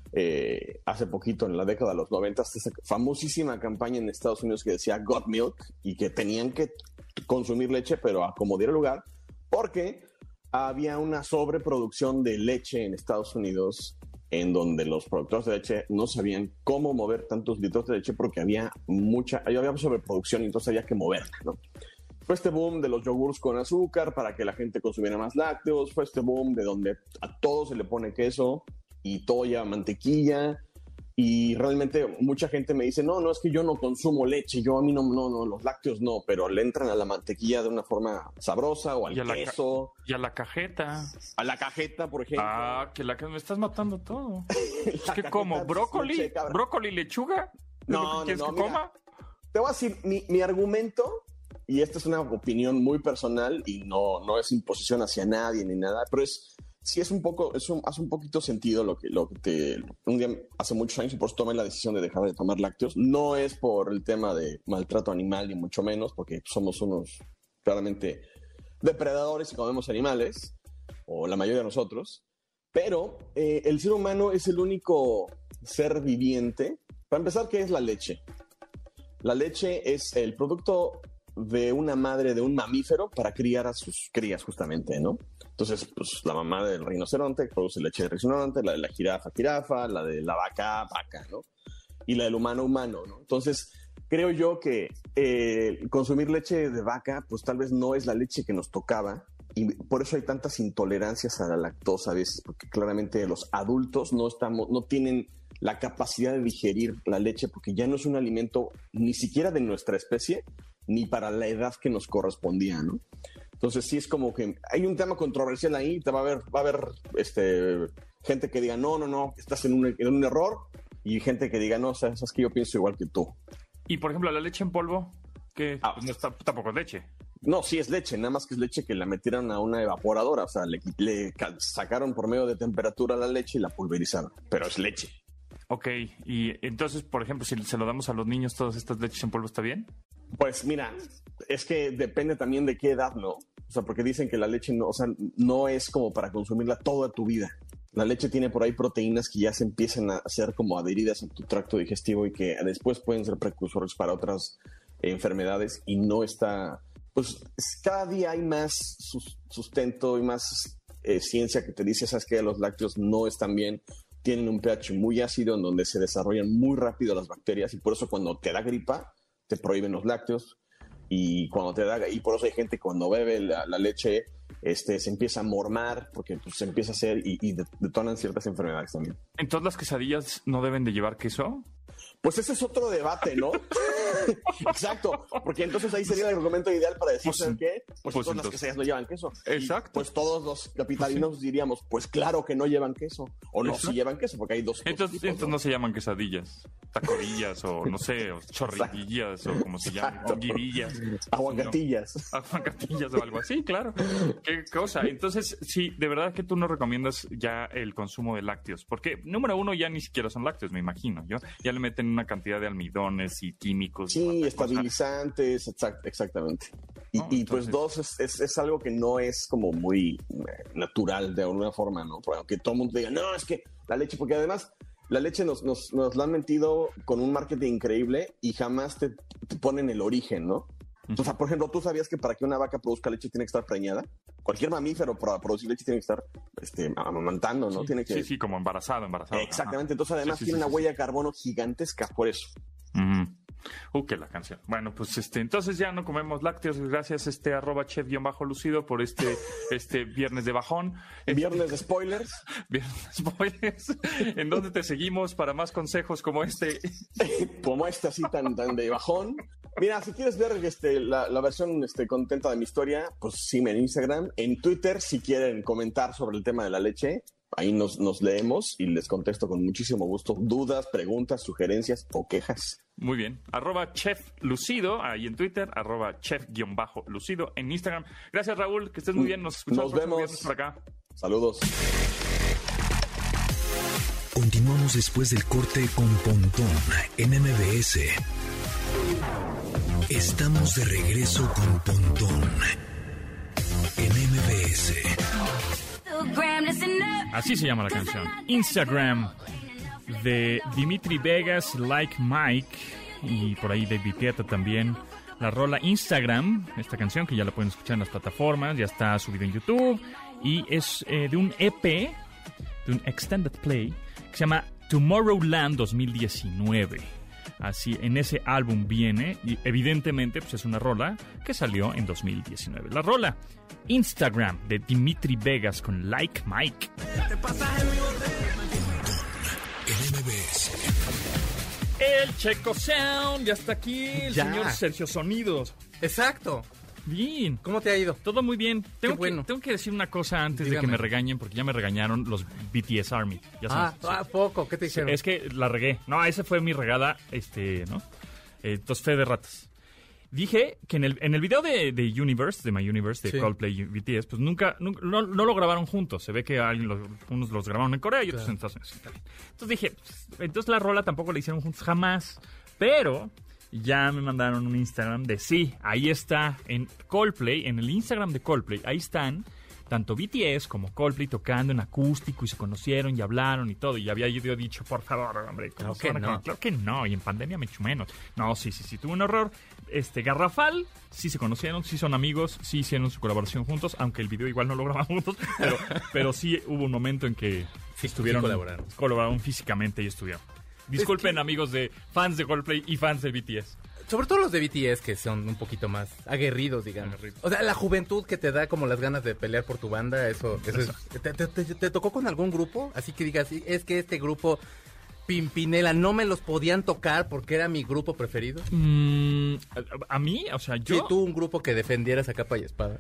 Speaker 4: eh, hace poquito, en la década de los noventas, esa famosísima campaña en Estados Unidos que decía Got Milk, y que tenían que consumir leche, pero a como diera lugar, porque había una sobreproducción de leche en Estados Unidos, en donde los productores de leche no sabían cómo mover tantos litros de leche porque había mucha, había sobreproducción y entonces había que moverla, ¿no? Fue este boom de los yogurts con azúcar para que la gente consumiera más lácteos, fue este boom de donde a todo se le pone queso y todo lleva mantequilla, y realmente mucha gente me dice, no, no, es que yo no consumo leche, yo a mí no, no, no, los lácteos no, pero le entran a la mantequilla de una forma sabrosa, o al
Speaker 2: y
Speaker 4: queso.
Speaker 2: Ca- y a la cajeta.
Speaker 4: A la cajeta, por ejemplo.
Speaker 2: Ah, que la me estás matando todo. Es que como brócoli, leche, brócoli, lechuga.
Speaker 4: No, no,
Speaker 2: ¿Quieres
Speaker 4: no,
Speaker 2: que
Speaker 4: mira,
Speaker 2: coma?
Speaker 4: Te voy a decir, mi, mi argumento, y esta es una opinión muy personal y no, no es imposición hacia nadie ni nada, pero es... Sí, es un poco, es un, hace un poquito sentido lo que, lo que te... Un día, hace muchos años, y por eso tomé la decisión de dejar de tomar lácteos. No es por el tema de maltrato animal, ni mucho menos, porque somos unos, claramente, depredadores y comemos animales, o la mayoría de nosotros. Pero eh, el ser humano es el único ser viviente. Para empezar, ¿qué es la leche? La leche es el producto de una madre de un mamífero para criar a sus crías, justamente, ¿no? Entonces, pues la mamá del rinoceronte produce leche de rinoceronte, la de la jirafa, jirafa, la de la vaca, vaca, ¿no? Y la del humano, humano, ¿no? Entonces, creo yo que eh, consumir leche de vaca, pues tal vez no es la leche que nos tocaba, y por eso hay tantas intolerancias a la lactosa a veces, porque claramente los adultos no estamos, no tienen la capacidad de digerir la leche, porque ya no es un alimento ni siquiera de nuestra especie, ni para la edad que nos correspondía, ¿no? Entonces sí es como que hay un tema controversial ahí, te va a haber, va a haber este, gente que diga, no, no, no, estás en un, en un error, y gente que diga, no, sabes, es que yo pienso igual que tú.
Speaker 2: Y por ejemplo, la leche en polvo, que ah, pues no está, tampoco es leche.
Speaker 4: No, sí es leche, nada más que es leche que la metieron a una evaporadora, o sea, le, le sacaron por medio de temperatura la leche y la pulverizaron, pero es leche.
Speaker 2: Ok, y entonces, por ejemplo, si se lo damos a los niños, todas estas leches en polvo, ¿está bien?
Speaker 4: Pues mira, es que depende también de qué edad, ¿no? O sea, porque dicen que la leche no, o sea, no es como para consumirla toda tu vida. La leche tiene por ahí proteínas que ya se empiezan a ser como adheridas a tu tracto digestivo y que después pueden ser precursores para otras eh, enfermedades, y no está... Pues cada día hay más sustento y más eh, ciencia que te dice, sabes que los lácteos no están bien, tienen un pH muy ácido en donde se desarrollan muy rápido las bacterias, y por eso cuando te da gripa te prohíben los lácteos, y cuando te da, y por eso hay gente que cuando bebe la, la leche este, se empieza a mormar porque pues, se empieza a hacer y, y detonan ciertas enfermedades también.
Speaker 2: ¿Entonces las quesadillas no deben de llevar queso?
Speaker 4: Pues ese es otro debate, ¿no? Exacto, porque entonces ahí sería el argumento ideal para decir,
Speaker 5: Pues,
Speaker 4: ¿sabes qué? Pues,
Speaker 5: pues
Speaker 4: todas las
Speaker 5: entonces-
Speaker 4: quesadillas no llevan queso.
Speaker 5: Exacto.
Speaker 4: Y, pues todos los capitalinos diríamos, pues claro que no llevan queso. O no,
Speaker 5: Exacto.
Speaker 4: sí llevan queso, porque hay dos
Speaker 5: Entonces,
Speaker 4: tipos,
Speaker 5: entonces no se llaman quesadillas, tacodillas o no sé, o chorrillas o como se llaman,
Speaker 4: Exacto.
Speaker 5: o guirillas.
Speaker 4: Aguacatillas.
Speaker 5: No, aguacatillas o algo así, claro. Qué cosa. Entonces, sí, de verdad que tú no recomiendas ya el consumo de lácteos, porque número uno ya ni siquiera son lácteos, me imagino. Yo ya le meten una cantidad de almidones y químicos. y
Speaker 4: Sí,
Speaker 5: cuanta cosa.
Speaker 4: estabilizantes, exact- exactamente. Y,
Speaker 5: No,
Speaker 4: y, pues
Speaker 5: entonces-
Speaker 4: dos, es, es, es algo que no es como muy eh, natural de alguna forma, ¿no? Porque aunque todo el mundo diga, no, es que la leche, porque además la leche nos, nos, nos la han mentido con un marketing increíble y jamás te, te ponen el origen, ¿no? O sea, por ejemplo, ¿tú sabías que para que una vaca produzca leche tiene que estar preñada? Cualquier mamífero para producir leche tiene que estar este, amamantando, ¿no? Tiene que...
Speaker 5: Sí, sí, como embarazado, embarazado.
Speaker 4: Exactamente, entonces además
Speaker 5: Sí, sí,
Speaker 4: tiene
Speaker 5: sí,
Speaker 4: una
Speaker 5: sí,
Speaker 4: huella de carbono gigantesca por eso.
Speaker 5: Ajá. Ujú. Uh, que la canción. Bueno, pues este, entonces ya no comemos lácteos. Gracias, este, arroba chef-lucido por este, este viernes de bajón.
Speaker 4: Viernes de spoilers.
Speaker 5: Viernes de spoilers. ¿En dónde te seguimos para más consejos como este?
Speaker 4: Como este así tan, tan de bajón. Mira, si quieres ver este, la, la versión este, contenta de mi historia, pues sígueme en Instagram. En Twitter, si quieren comentar sobre el tema de la leche, ahí nos, nos leemos y les contesto con muchísimo gusto. Dudas, preguntas, sugerencias o quejas.
Speaker 5: Muy bien. Arroba chef lucido, ahí en Twitter, arroba chef-lucido en Instagram. Gracias, Raúl, que estés muy bien. Nos escuchamos
Speaker 4: Nos
Speaker 5: el próximo
Speaker 4: vemos.
Speaker 5: viernes por acá.
Speaker 4: Saludos.
Speaker 1: Continuamos después del corte con Pontón en M B S. Estamos de regreso con Pontón en M B S.
Speaker 2: Así se llama la canción. Instagram de Dimitri Vegas, Like Mike y por ahí David Guetta también. La rola Instagram, esta canción que ya la pueden escuchar en las plataformas, ya está subido en YouTube y es eh, de un E P, de un Extended Play que se llama Tomorrowland dos mil diecinueve. Así, en ese álbum viene, y evidentemente pues es una rola que salió en dos mil diecinueve. La rola Instagram de Dimitri Vegas con Like Mike.
Speaker 1: En M B S.
Speaker 2: El Checo Sound, ya está aquí, el
Speaker 6: Ya.
Speaker 2: señor Sergio Sonidos.
Speaker 6: Exacto.
Speaker 2: Bien,
Speaker 6: ¿Cómo te ha ido?
Speaker 2: todo muy bien. Tengo,
Speaker 6: bueno.
Speaker 2: que, tengo que decir una cosa antes de
Speaker 6: Dígame.
Speaker 2: que me regañen, porque ya me regañaron los B T S Army. Ya
Speaker 6: Ah,
Speaker 2: sabes.
Speaker 6: ¿a poco? ¿Qué te
Speaker 2: Sí,
Speaker 6: dijeron?
Speaker 2: es que la regué. No, esa fue mi regada, este, ¿no? Eh, entonces, fe de ratas. Dije que en el, en el video de, de Universe, de My Universe, de
Speaker 6: Sí.
Speaker 2: Coldplay y B T S, pues nunca, nunca no, no lo grabaron juntos. Se ve que alguien los- unos los grabaron en Corea y otros en Estados Unidos. Está bien. Entonces dije, pues, entonces la rola tampoco la hicieron juntos jamás. Pero ya me mandaron un Instagram de sí, ahí está, en Coldplay, en el Instagram de Coldplay, ahí están tanto B T S como Coldplay tocando en acústico y se conocieron y hablaron y todo. Y había yo dicho, por favor, hombre, ¿cómo
Speaker 6: Claro
Speaker 2: se
Speaker 6: que
Speaker 2: van a
Speaker 6: no.
Speaker 2: conocer? Claro que no, y en pandemia me echo menos. No, sí, sí, sí, tuvo un error este, garrafal, sí se conocieron, sí son amigos, sí hicieron su colaboración juntos, aunque el video igual no lo grabaron juntos, pero, pero sí hubo un momento en que
Speaker 6: Sí,
Speaker 2: estuvieron,
Speaker 6: sí colaboraron.
Speaker 2: colaboraron físicamente y estuvieron. Disculpen, amigos de fans de Coldplay y fans de B T S.
Speaker 6: Sobre todo los de B T S que son un poquito más aguerridos, digamos.
Speaker 2: Aguerridos.
Speaker 6: O sea, la juventud que te da como las ganas de pelear por tu banda, eso, eso es... ¿Te, te- te- te tocó con algún grupo? Así que digas, "Sí, es que este grupo Pimpinela no me los podían tocar porque era mi grupo preferido.
Speaker 2: Mm, a, a mí, o sea, yo...
Speaker 6: Sí, tú un grupo que defendieras a capa y espada.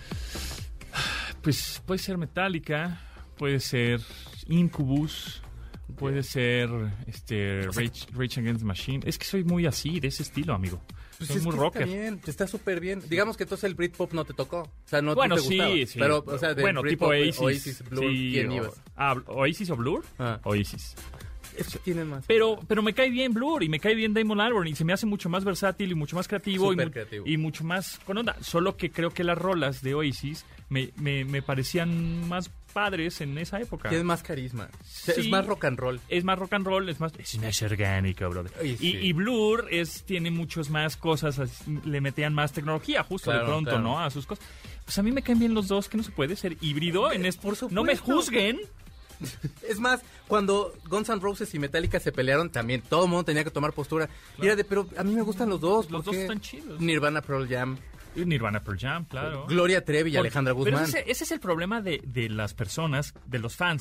Speaker 2: Pues puede ser Metallica, puede ser Incubus, puede ser este Rage, Rage Against the Machine. Es que soy muy así, de ese estilo, amigo.
Speaker 6: Pues
Speaker 2: soy
Speaker 6: es
Speaker 2: muy
Speaker 6: que
Speaker 2: rocker.
Speaker 6: Está bien, está súper bien. Digamos que entonces el Britpop no te tocó. O sea, no, no
Speaker 2: Bueno,
Speaker 6: te
Speaker 2: sí,
Speaker 6: gustaba.
Speaker 2: sí.
Speaker 6: Pero, o sea, de
Speaker 2: bueno, tipo
Speaker 6: Britpop,
Speaker 2: Oasis.
Speaker 6: Oasis, Blur,
Speaker 2: sí,
Speaker 6: ¿quién
Speaker 2: o-
Speaker 6: ibas?
Speaker 2: Ah, Oasis o Blur.
Speaker 6: Ah.
Speaker 2: Oasis.
Speaker 6: Es que tienen más.
Speaker 2: Pero, pero me cae bien Blur y me cae bien Damon Albarn y se me hace mucho más versátil y mucho más creativo, y,
Speaker 6: Súper
Speaker 2: mu-
Speaker 6: creativo.
Speaker 2: y mucho más con onda. Solo que creo que las rolas de Oasis me, me, me parecían más padres en esa época.
Speaker 6: Tienen más carisma.
Speaker 2: Sí.
Speaker 6: Es más rock and roll.
Speaker 2: Es más rock and roll, es más, es más orgánico, brother.
Speaker 6: Ay,
Speaker 2: y,
Speaker 6: sí.
Speaker 2: y Blur es, tiene muchos más cosas, así, le metían más tecnología justo
Speaker 6: Claro,
Speaker 2: de pronto,
Speaker 6: claro.
Speaker 2: ¿no? A sus cosas. Pues a mí me caen bien los dos, que no se puede ser híbrido en esto.
Speaker 6: Por
Speaker 2: No me
Speaker 6: supuesto.
Speaker 2: juzguen.
Speaker 6: Es más, cuando Guns N' Roses y Metallica se pelearon, también todo el mundo tenía que tomar postura. Y era de, pero a mí me gustan los dos.
Speaker 2: Los
Speaker 6: ¿por
Speaker 2: dos
Speaker 6: qué?
Speaker 2: están chidos.
Speaker 6: Nirvana, Pearl Jam,
Speaker 2: Y Nirvana, Pearl Jam, claro.
Speaker 6: Gloria Trevi y
Speaker 2: Por-
Speaker 6: Alejandra
Speaker 2: Pero
Speaker 6: Guzmán.
Speaker 2: ese, ese es el problema de, de las personas, de los fans.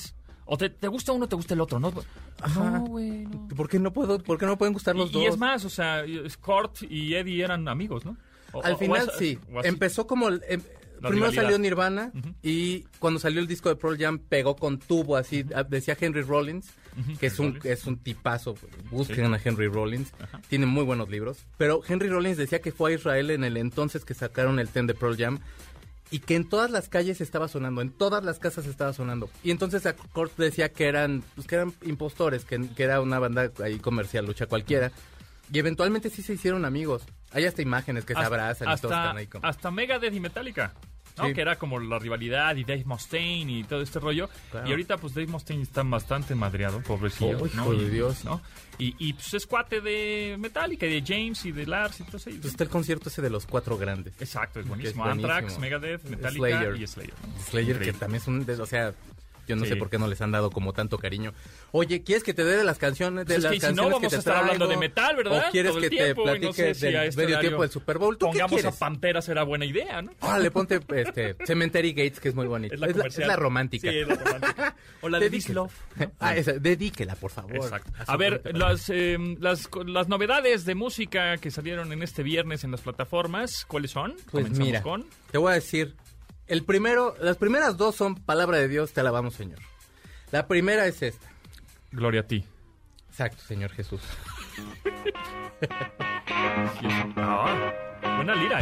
Speaker 2: O te, te gusta uno, te gusta el otro, ¿no?
Speaker 6: Ajá.
Speaker 2: No, güey, no.
Speaker 6: ¿Por qué no puedo, por qué no pueden gustar los
Speaker 2: Y,
Speaker 6: dos?
Speaker 2: y es más, o sea, Kurt y Eddie eran amigos, ¿no? O-
Speaker 6: Al
Speaker 2: o-
Speaker 6: final
Speaker 2: o as-
Speaker 6: sí.
Speaker 2: o así.
Speaker 6: Empezó como... el- em-
Speaker 2: La
Speaker 6: primero
Speaker 2: rivalidad.
Speaker 6: salió Nirvana
Speaker 2: Ujú.
Speaker 6: y cuando salió el disco de Pearl Jam pegó con tubo, así ah, decía Henry Rollins,
Speaker 2: Ujú,
Speaker 6: que es un,
Speaker 2: Rollins.
Speaker 6: es un tipazo. Busquen
Speaker 2: Sí.
Speaker 6: a Henry Rollins.
Speaker 2: Ajá.
Speaker 6: Tiene muy buenos libros. Pero Henry Rollins decía que fue a Israel en el entonces que sacaron el ten de Pearl Jam y que en todas las calles estaba sonando, en todas las casas estaba sonando. Y entonces a Kurt decía que eran, pues, que eran impostores, que, que era una banda ahí comercial, lucha cualquiera. Y eventualmente sí se hicieron amigos. Hay hasta imágenes que se abrazan y todos
Speaker 2: hasta,
Speaker 6: están ahí como...
Speaker 2: hasta Megadeth y Metallica, ¿no?
Speaker 6: Sí.
Speaker 2: Que era como la rivalidad y Dave Mustaine y todo este rollo.
Speaker 6: Claro.
Speaker 2: Y ahorita pues Dave Mustaine está bastante madreado, pobrecillo.
Speaker 6: Oh,
Speaker 2: ¿no?
Speaker 6: hijo de
Speaker 2: Y-
Speaker 6: Dios.
Speaker 2: ¿no? Y, y pues es cuate de Metallica, y de James y de Lars y todo eso.
Speaker 6: Pues está el concierto ese de los cuatro grandes.
Speaker 2: Exacto, es
Speaker 6: Que
Speaker 2: buenísimo.
Speaker 6: es buenísimo.
Speaker 2: Anthrax, Megadeth, Metallica
Speaker 6: Slayer.
Speaker 2: y Slayer. ¿no?
Speaker 6: Slayer, que
Speaker 2: Increíble.
Speaker 6: también es un... de- o sea, yo no
Speaker 2: Sí.
Speaker 6: sé por qué no les han dado como tanto cariño. Oye, ¿quieres que te dé de las canciones? De
Speaker 2: Pues es
Speaker 6: las
Speaker 2: que si no,
Speaker 6: canciones
Speaker 2: vamos
Speaker 6: que te
Speaker 2: a estar hablando
Speaker 6: traigo?
Speaker 2: de metal, ¿verdad?
Speaker 6: ¿O quieres
Speaker 2: Todo el
Speaker 6: que
Speaker 2: tiempo,
Speaker 6: te
Speaker 2: y no
Speaker 6: platique
Speaker 2: sé si a
Speaker 6: del
Speaker 2: este
Speaker 6: medio
Speaker 2: horario
Speaker 6: tiempo del Super Bowl? ¿Tú qué
Speaker 2: Pongamos
Speaker 6: quieres?
Speaker 2: a Pantera, será buena idea, ¿no?
Speaker 6: Órale, ponte este, Cemetery Gates, que es muy bonito.
Speaker 2: Es la
Speaker 6: es, la,
Speaker 2: comercial.
Speaker 6: es la romántica.
Speaker 2: Sí, es la romántica. O la de This
Speaker 6: Dedíquela.
Speaker 2: Love. ¿no?
Speaker 6: Ah, esa, dedíquela, por favor.
Speaker 2: Exacto.
Speaker 6: A su
Speaker 2: A ver,
Speaker 6: bonita
Speaker 2: las, eh, las, las novedades de música que salieron en este viernes en las plataformas, ¿cuáles son?
Speaker 6: Pues
Speaker 2: Comenzamos
Speaker 6: mira,
Speaker 2: con...
Speaker 6: te voy a decir, el primero, las primeras dos son palabra de Dios, te alabamos, Señor. La primera es esta.
Speaker 2: Gloria a ti.
Speaker 6: Exacto, Señor Jesús.
Speaker 2: Ah, buena lira, ¿eh?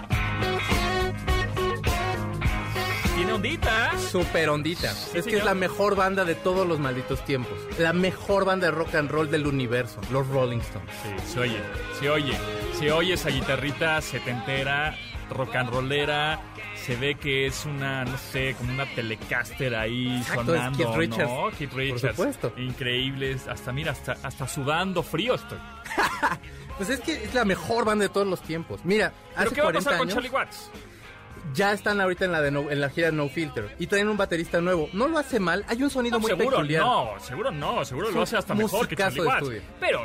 Speaker 2: Tiene ondita.
Speaker 6: Super ondita. es que
Speaker 2: señor.
Speaker 6: es la mejor banda de todos los malditos tiempos. La mejor banda de rock and roll del universo, los Rolling Stones.
Speaker 2: Sí, se oye, se oye. Se oye esa guitarrita setentera, rock and rollera. Se ve que es una, no sé, como una Telecaster ahí
Speaker 6: Exacto, es
Speaker 2: sonando,
Speaker 6: Keith Richards.
Speaker 2: ¿no? Keith Richards.
Speaker 6: supuesto.
Speaker 2: Increíble. Hasta, mira, hasta, hasta sudando frío estoy.
Speaker 6: Pues es que es la mejor banda de todos los tiempos. Mira,
Speaker 2: ¿Pero
Speaker 6: hace
Speaker 2: qué va a
Speaker 6: cuarenta
Speaker 2: pasar con
Speaker 6: años
Speaker 2: Charlie Watts?
Speaker 6: ya están ahorita en la de no- en la gira de No Filter y traen un baterista nuevo. No lo hace mal, hay un sonido
Speaker 2: No,
Speaker 6: muy
Speaker 2: seguro
Speaker 6: peculiar.
Speaker 2: no, seguro no, seguro
Speaker 6: Es
Speaker 2: lo
Speaker 6: un
Speaker 2: hace hasta mejor que
Speaker 6: musicazo
Speaker 2: Charlie
Speaker 6: de
Speaker 2: Watts.
Speaker 6: estudio.
Speaker 2: Pero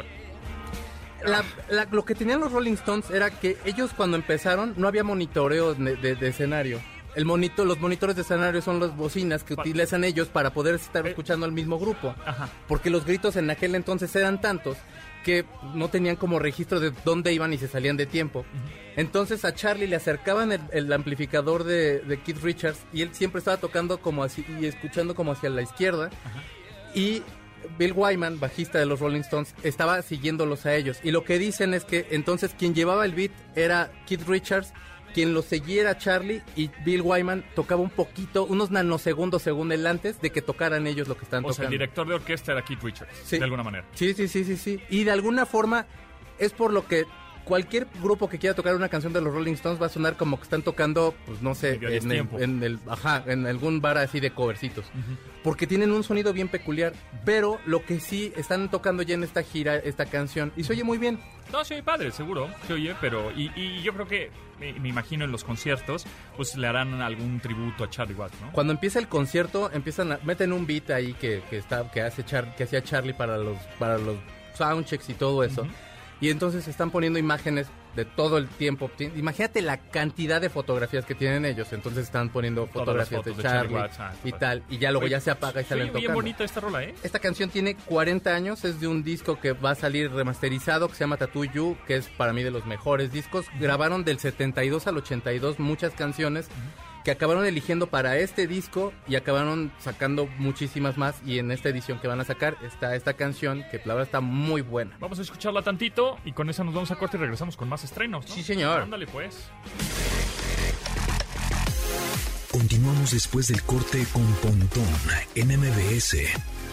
Speaker 6: La- la- lo que tenían los Rolling Stones era que ellos cuando empezaron no había monitoreo de, de- de escenario. El monito, los monitores de escenario son las bocinas que
Speaker 2: Pa-
Speaker 6: utilizan ellos para poder estar
Speaker 2: Eh.
Speaker 6: escuchando al mismo grupo.
Speaker 2: Ajá.
Speaker 6: Porque los gritos en aquel entonces eran tantos que no tenían como registro de dónde iban y se salían de tiempo. Entonces a Charlie le acercaban el, el amplificador de, de Keith Richards y él siempre estaba tocando como así y escuchando como hacia la izquierda. Y Bill Wyman, bajista de los Rolling Stones, estaba siguiéndolos a ellos. Y lo que dicen es que entonces quien llevaba el beat era Keith Richards, quien lo seguía era Charlie y Bill Wyman tocaba un poquito, unos nanosegundos según él antes de que tocaran ellos lo que están
Speaker 2: O sea, el
Speaker 6: tocando.
Speaker 2: director de orquesta era Keith Richards,
Speaker 6: Sí.
Speaker 2: de alguna manera.
Speaker 6: Sí, sí, sí, sí, sí. Y de alguna forma es por lo que cualquier grupo que quiera tocar una canción de los Rolling Stones va a sonar como que están tocando, pues no sé,
Speaker 2: Medio a
Speaker 6: en el,
Speaker 2: destiempo.
Speaker 6: en el, ajá, en algún bar así de covercitos. Porque tienen un sonido bien peculiar. Pero lo que sí están tocando ya en esta gira, esta canción, y se oye muy bien.
Speaker 2: No, se oye padre, seguro, se oye, pero... Y, y yo creo que, me, me imagino en los conciertos, pues le harán algún tributo a Charlie Watts, ¿no?
Speaker 6: Cuando empieza el concierto, empiezan a, meten un beat ahí que, que está, que hace Char, que hacía Charlie para los, para los soundchecks y todo eso.
Speaker 2: Ujú.
Speaker 6: Y entonces están poniendo imágenes de todo el tiempo. Ti- Imagínate la cantidad de fotografías que tienen ellos. Entonces están poniendo
Speaker 2: Todas las
Speaker 6: fotografías de
Speaker 2: fotos de Charlie
Speaker 6: Charlie
Speaker 2: Watts, ah,
Speaker 6: y
Speaker 2: padre.
Speaker 6: tal. Y ya luego
Speaker 2: Oye,
Speaker 6: ya se apaga y
Speaker 2: se
Speaker 6: salen
Speaker 2: oye bien
Speaker 6: tocando.
Speaker 2: bonita esta rola, ¿eh?
Speaker 6: Esta canción tiene cuarenta años, es de un disco que va a salir remasterizado que se llama Tattoo You, que es para mí de los mejores discos. Grabaron del setenta y dos al ochenta y dos muchas canciones que acabaron eligiendo para este disco y acabaron sacando muchísimas más. Y en esta edición que van a sacar está esta canción que la verdad está muy buena.
Speaker 2: Vamos a escucharla tantito y con esa nos vamos a corte y regresamos con más estrenos, ¿no?
Speaker 6: Sí, señor.
Speaker 2: Ándale, pues.
Speaker 1: Continuamos después del corte con Pontón en M B S.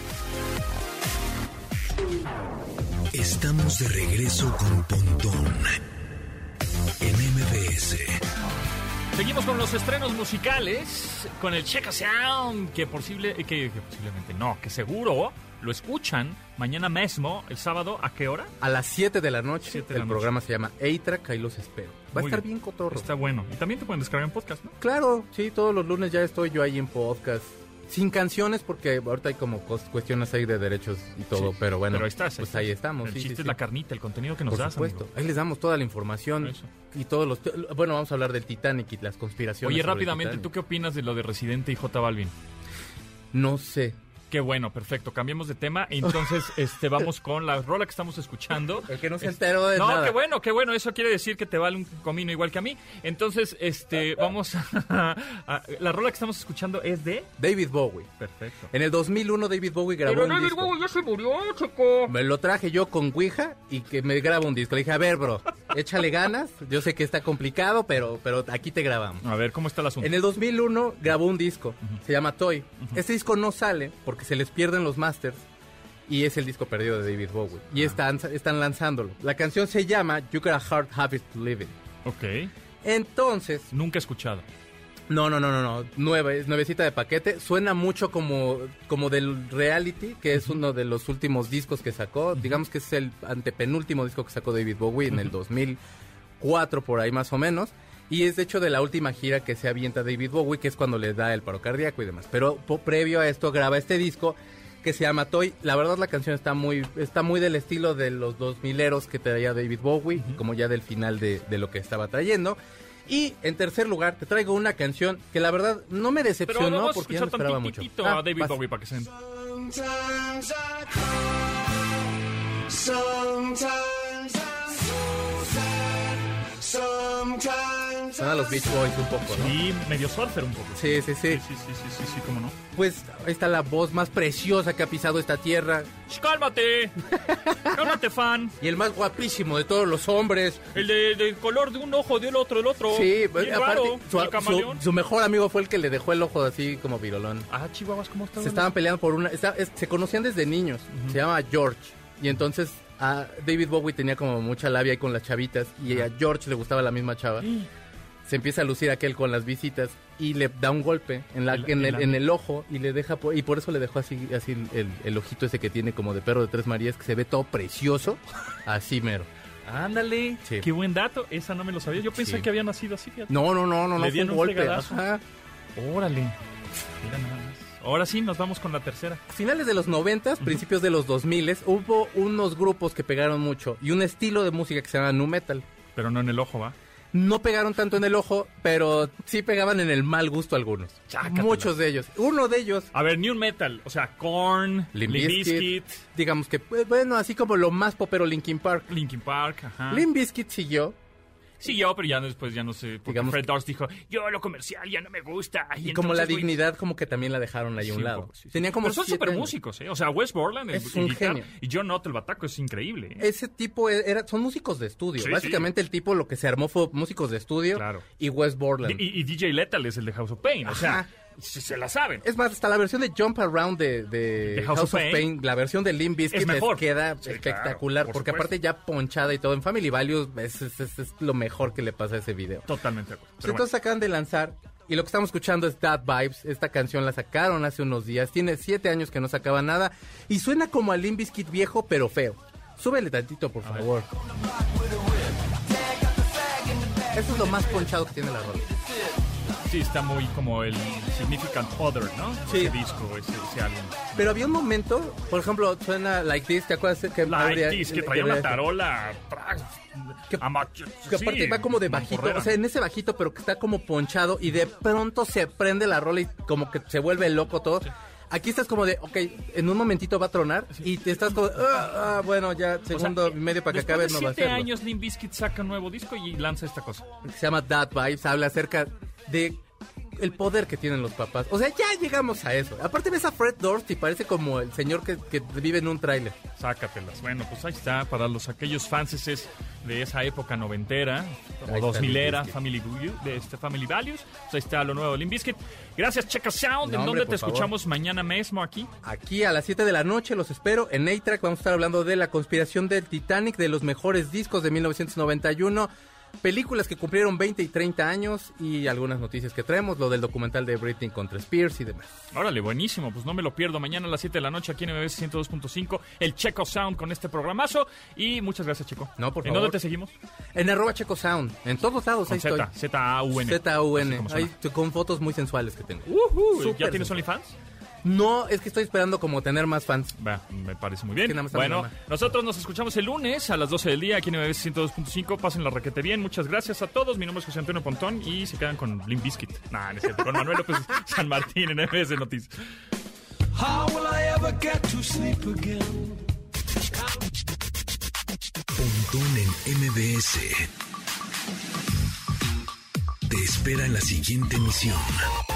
Speaker 1: Estamos de regreso con Pontón en M B S.
Speaker 2: Seguimos con los estrenos musicales, con el Check Sound, que, posible, que, que posiblemente no, que seguro lo escuchan mañana mismo, el sábado, ¿a qué hora?
Speaker 6: A las siete de la noche,
Speaker 2: siete de la
Speaker 6: el
Speaker 2: noche.
Speaker 6: programa se llama A-Track, ahí los espero. Va
Speaker 2: Muy
Speaker 6: a estar
Speaker 2: bien.
Speaker 6: bien cotorro.
Speaker 2: Está bueno. Y también te pueden descargar en podcast, ¿no?
Speaker 6: Claro, sí, todos los lunes ya estoy yo ahí en podcast. Sin canciones, porque ahorita hay como cos- cuestiones ahí de derechos y todo,
Speaker 2: Sí,
Speaker 6: pero bueno,
Speaker 2: pero ahí estás, ahí
Speaker 6: pues
Speaker 2: estás.
Speaker 6: ahí estamos.
Speaker 2: El
Speaker 6: sí,
Speaker 2: chiste
Speaker 6: sí,
Speaker 2: es
Speaker 6: sí.
Speaker 2: la carnita, el contenido que nos
Speaker 6: Por
Speaker 2: das,
Speaker 6: supuesto,
Speaker 2: amigo.
Speaker 6: ahí les damos toda la información
Speaker 2: Eso.
Speaker 6: y todos los... Bueno, vamos a hablar del Titanic y las conspiraciones.
Speaker 2: Oye,
Speaker 6: sobre el
Speaker 2: rápidamente,
Speaker 6: Titanic.
Speaker 2: ¿tú qué opinas de lo de Residente y J Balvin?
Speaker 6: No sé.
Speaker 2: Qué bueno, perfecto. Cambiemos de tema. Entonces, este, vamos con la rola que estamos escuchando.
Speaker 6: El que no se
Speaker 2: Es-
Speaker 6: enteró de
Speaker 2: no,
Speaker 6: nada.
Speaker 2: qué bueno, qué bueno. Eso quiere decir que te vale un comino igual que a mí. Entonces, este, vamos a, a- la rola que estamos escuchando es de...
Speaker 6: David Bowie.
Speaker 2: Perfecto.
Speaker 6: En el dos mil uno David Bowie grabó
Speaker 2: Pero
Speaker 6: un
Speaker 2: David
Speaker 6: disco.
Speaker 2: Bowie ya se murió, Choco.
Speaker 6: Me lo traje yo con Ouija y que me graba un disco. Le dije, a ver, bro, échale ganas. Yo sé que está complicado, pero, pero aquí te grabamos.
Speaker 2: A ver, ¿cómo está el asunto?
Speaker 6: En el dos mil uno grabó un disco, se llama Toy. Este disco no sale porque se les pierden los masters y es el disco perdido de David Bowie. Y están, están lanzándolo. La canción se llama You Got a Hard Habit to Live It.
Speaker 2: Ok.
Speaker 6: Entonces,
Speaker 2: Nunca he escuchado.
Speaker 6: no, no, no, no, no, nueva, es nuevecita de paquete. Suena mucho como, como del Reality, que es uno de los últimos discos que sacó. Digamos que es el antepenúltimo disco que sacó David Bowie en el dos mil cuatro, por ahí más o menos. Y es de hecho de la última gira que se avienta David Bowie, que es cuando le da el paro cardíaco y demás. Pero po- previo a esto graba este disco que se llama Toy. La verdad la canción está muy está muy del estilo de los dos mileros que traía David Bowie, como ya del final de, de lo que estaba trayendo. Y en tercer lugar te traigo una canción que la verdad no me
Speaker 2: Pero
Speaker 6: decepcionó
Speaker 2: vamos a
Speaker 6: porque ya no
Speaker 2: escuchar
Speaker 6: esperaba mucho.
Speaker 2: tantitito
Speaker 6: Ah,
Speaker 2: a David
Speaker 6: vas.
Speaker 2: Bowie para que se...
Speaker 7: Sometimes I cry, sometimes I'm so sad, sometimes
Speaker 6: Son a los Beach Boys un poco, ¿no?
Speaker 2: Sí, medio surfer un poco.
Speaker 6: Sí, sí, sí.
Speaker 2: Sí, sí, sí, sí, sí, sí, cómo no.
Speaker 6: Pues ahí está la voz más preciosa que ha pisado esta tierra
Speaker 2: Sh, ¡Cálmate! ¡Cálmate, fan!
Speaker 6: y el más guapísimo de todos los hombres.
Speaker 2: El de, del color de un ojo, del otro, el otro.
Speaker 6: Sí,
Speaker 2: Bien
Speaker 6: aparte,
Speaker 2: raro,
Speaker 6: su,
Speaker 2: el camaleón.
Speaker 6: su- su mejor amigo fue el que le dejó el ojo así como virolón.
Speaker 2: Ah, chihuahuas, ¿cómo está?
Speaker 6: Se estaban peleando por una... esta- es- se conocían desde niños, se llama George. Y entonces a David Bowie tenía como mucha labia ahí con las chavitas y a George le gustaba la misma chava. Se empieza a lucir aquel con las visitas y le da un golpe en, la,
Speaker 2: El-
Speaker 6: en, el,
Speaker 2: el-
Speaker 6: en el ojo y le deja por, y por eso le dejó así, así el, el ojito ese que tiene como de perro de tres Marías, que se ve todo precioso, así mero.
Speaker 2: Ándale,
Speaker 6: Sí.
Speaker 2: qué buen dato. Esa no me lo sabía. Yo pensé
Speaker 6: Sí.
Speaker 2: que había nacido así, fíjate.
Speaker 6: No, no, no, no, no
Speaker 2: Le
Speaker 6: fue
Speaker 2: dieron
Speaker 6: un
Speaker 2: un
Speaker 6: golpe.
Speaker 2: fregadazo.
Speaker 6: Ajá.
Speaker 2: Órale. Mira nada más. Ahora sí, nos vamos con la tercera.
Speaker 6: A finales de los noventas, principios de los dos miles, hubo unos grupos que pegaron mucho y un estilo de música que se llama nu metal.
Speaker 2: Pero no en el ojo, ¿va?
Speaker 6: No pegaron tanto en el ojo, pero sí pegaban en el mal gusto algunos.
Speaker 2: Chácatelas.
Speaker 6: Muchos de ellos. Uno de ellos,
Speaker 2: A ver, New Metal. O sea, Korn,
Speaker 6: Limp
Speaker 2: Limp
Speaker 6: Bizkit,
Speaker 2: Bizkit,
Speaker 6: digamos que, pues, bueno, así como lo más popero Linkin Park.
Speaker 2: Linkin Park, ajá.
Speaker 6: Limp Bizkit siguió.
Speaker 2: Sí, yo, pero ya después ya no sé. Porque
Speaker 6: Digamos
Speaker 2: Fred
Speaker 6: que-
Speaker 2: Durst dijo, yo lo comercial ya no me gusta. Y,
Speaker 6: Y como la
Speaker 2: entonces voy-
Speaker 6: dignidad, como que también la dejaron ahí a
Speaker 2: Sí,
Speaker 6: un
Speaker 2: un
Speaker 6: lado.
Speaker 2: poco, sí, sí.
Speaker 6: Tenían como
Speaker 2: Pero son
Speaker 6: siete
Speaker 2: súper
Speaker 6: años.
Speaker 2: músicos, ¿eh? O sea, Wes Borland, el,
Speaker 6: Es
Speaker 2: el
Speaker 6: un
Speaker 2: guitarra,
Speaker 6: genio.
Speaker 2: y John Ott, el bataco, es increíble. ¿eh?
Speaker 6: Ese tipo era, son músicos de estudio.
Speaker 2: Sí,
Speaker 6: Básicamente el tipo lo que se armó fue músicos de estudio
Speaker 2: Claro.
Speaker 6: y Wes Borland.
Speaker 2: Y, y D J Lethal es el de House of Pain. O sea,
Speaker 6: Ajá.
Speaker 2: si se la saben.
Speaker 6: Es más, hasta la versión de Jump Around de, de
Speaker 2: De
Speaker 6: House, of Pain, la versión de Limp Bizkit
Speaker 2: Es mejor.
Speaker 6: queda
Speaker 2: Sí,
Speaker 6: espectacular,
Speaker 2: claro, por
Speaker 6: porque
Speaker 2: supuesto.
Speaker 6: aparte ya ponchada y todo en Family Values es, es- es- es lo mejor que le pasa a ese video.
Speaker 2: Totalmente de acuerdo.
Speaker 6: Pues
Speaker 2: Pero
Speaker 6: entonces acaban de lanzar y lo que estamos escuchando es That Vibes. Esta canción la sacaron hace unos días, tiene siete años que no sacaba nada y suena como a Limp Bizkit viejo pero feo. Súbele tantito, por favor. Eso es lo más ponchado que tiene la rola.
Speaker 2: bueno, sí, está muy como el Significant Other, ¿no?
Speaker 6: Sí.
Speaker 2: Ese disco, ese, ese álbum.
Speaker 6: Pero había un momento, por ejemplo, suena Like This, ¿te acuerdas? Que
Speaker 2: Like
Speaker 6: habría-
Speaker 2: This, que
Speaker 6: que
Speaker 2: traía una
Speaker 6: habría-
Speaker 2: tarola atrás.
Speaker 6: Que-
Speaker 2: Ama-
Speaker 6: Que
Speaker 2: sí,
Speaker 6: aparte va como de bajito,
Speaker 2: mamporrera.
Speaker 6: o sea, en ese bajito, pero que está como ponchado y de pronto se prende la rola y como que se vuelve loco todo. Aquí estás como de, ok, en un momentito va a tronar y te estás como, ah, ah, bueno, ya
Speaker 2: O sea,
Speaker 6: segundo y medio para que
Speaker 2: después
Speaker 6: acabe
Speaker 2: de
Speaker 6: no va a
Speaker 2: siete
Speaker 6: ser.
Speaker 2: años, Limp Bizkit saca un nuevo disco y lanza esta cosa.
Speaker 6: Se llama That Vibes, habla acerca de el poder que tienen los papás. O sea, ya llegamos a eso. Aparte ves a Fred Durst y parece como el señor que, que vive en un tráiler.
Speaker 2: Sácatelas. Bueno, pues ahí está, para los aquellos fanses de esa época noventera, como
Speaker 6: Ahí
Speaker 2: dos
Speaker 6: está
Speaker 2: mil
Speaker 6: Limp
Speaker 2: era,
Speaker 6: Bizkit.
Speaker 2: Family, Valu- de este Family Values. Pues ahí está lo nuevo de Limp Bizkit. Gracias, Checa Sound.
Speaker 6: No,
Speaker 2: ¿En
Speaker 6: hombre,
Speaker 2: dónde te
Speaker 6: por favor.
Speaker 2: escuchamos mañana mismo aquí?
Speaker 6: Aquí a las siete de la noche los espero en A-Track. Vamos a estar hablando de la conspiración del Titanic, de los mejores discos de mil novecientos noventa y uno, películas que cumplieron veinte y treinta años y algunas noticias que traemos, lo del documental de Britney contra Spears y demás.
Speaker 2: Órale, buenísimo. Pues no me lo pierdo. Mañana a las siete de la noche aquí en M B S ciento dos punto cinco, el Checo Sound con este programazo. Y muchas gracias, Chico.
Speaker 6: No, por
Speaker 2: ¿En
Speaker 6: favor.
Speaker 2: dónde te seguimos?
Speaker 6: En arroba Checo Sound, en todos lados
Speaker 2: Con
Speaker 6: ahí
Speaker 2: Z,
Speaker 6: estoy.
Speaker 2: Z A U N.
Speaker 6: Z A U
Speaker 2: Así
Speaker 6: N,
Speaker 2: como suena.
Speaker 6: ahí con fotos muy sensuales que tengo.
Speaker 2: Ujú, ¿Ya
Speaker 6: Súper
Speaker 2: tienes
Speaker 6: sensual.
Speaker 2: OnlyFans?
Speaker 6: No, es que estoy esperando como tener más fans.
Speaker 2: Va, me parece muy bien.
Speaker 6: Que nada más está
Speaker 2: Bueno,
Speaker 6: mi mamá.
Speaker 2: nosotros nos escuchamos el lunes a las doce del día aquí en M B S ciento dos punto cinco. Pasen la requete bien. Muchas gracias a todos. Mi nombre es José Antonio Pontón y se quedan con Limp Bizkit. Nah, no es cierto. Con Manuel López San Martín en M B S Noticias.
Speaker 7: How will I ever get to sleep again?
Speaker 1: Pontón en M B S te espera en la siguiente emisión.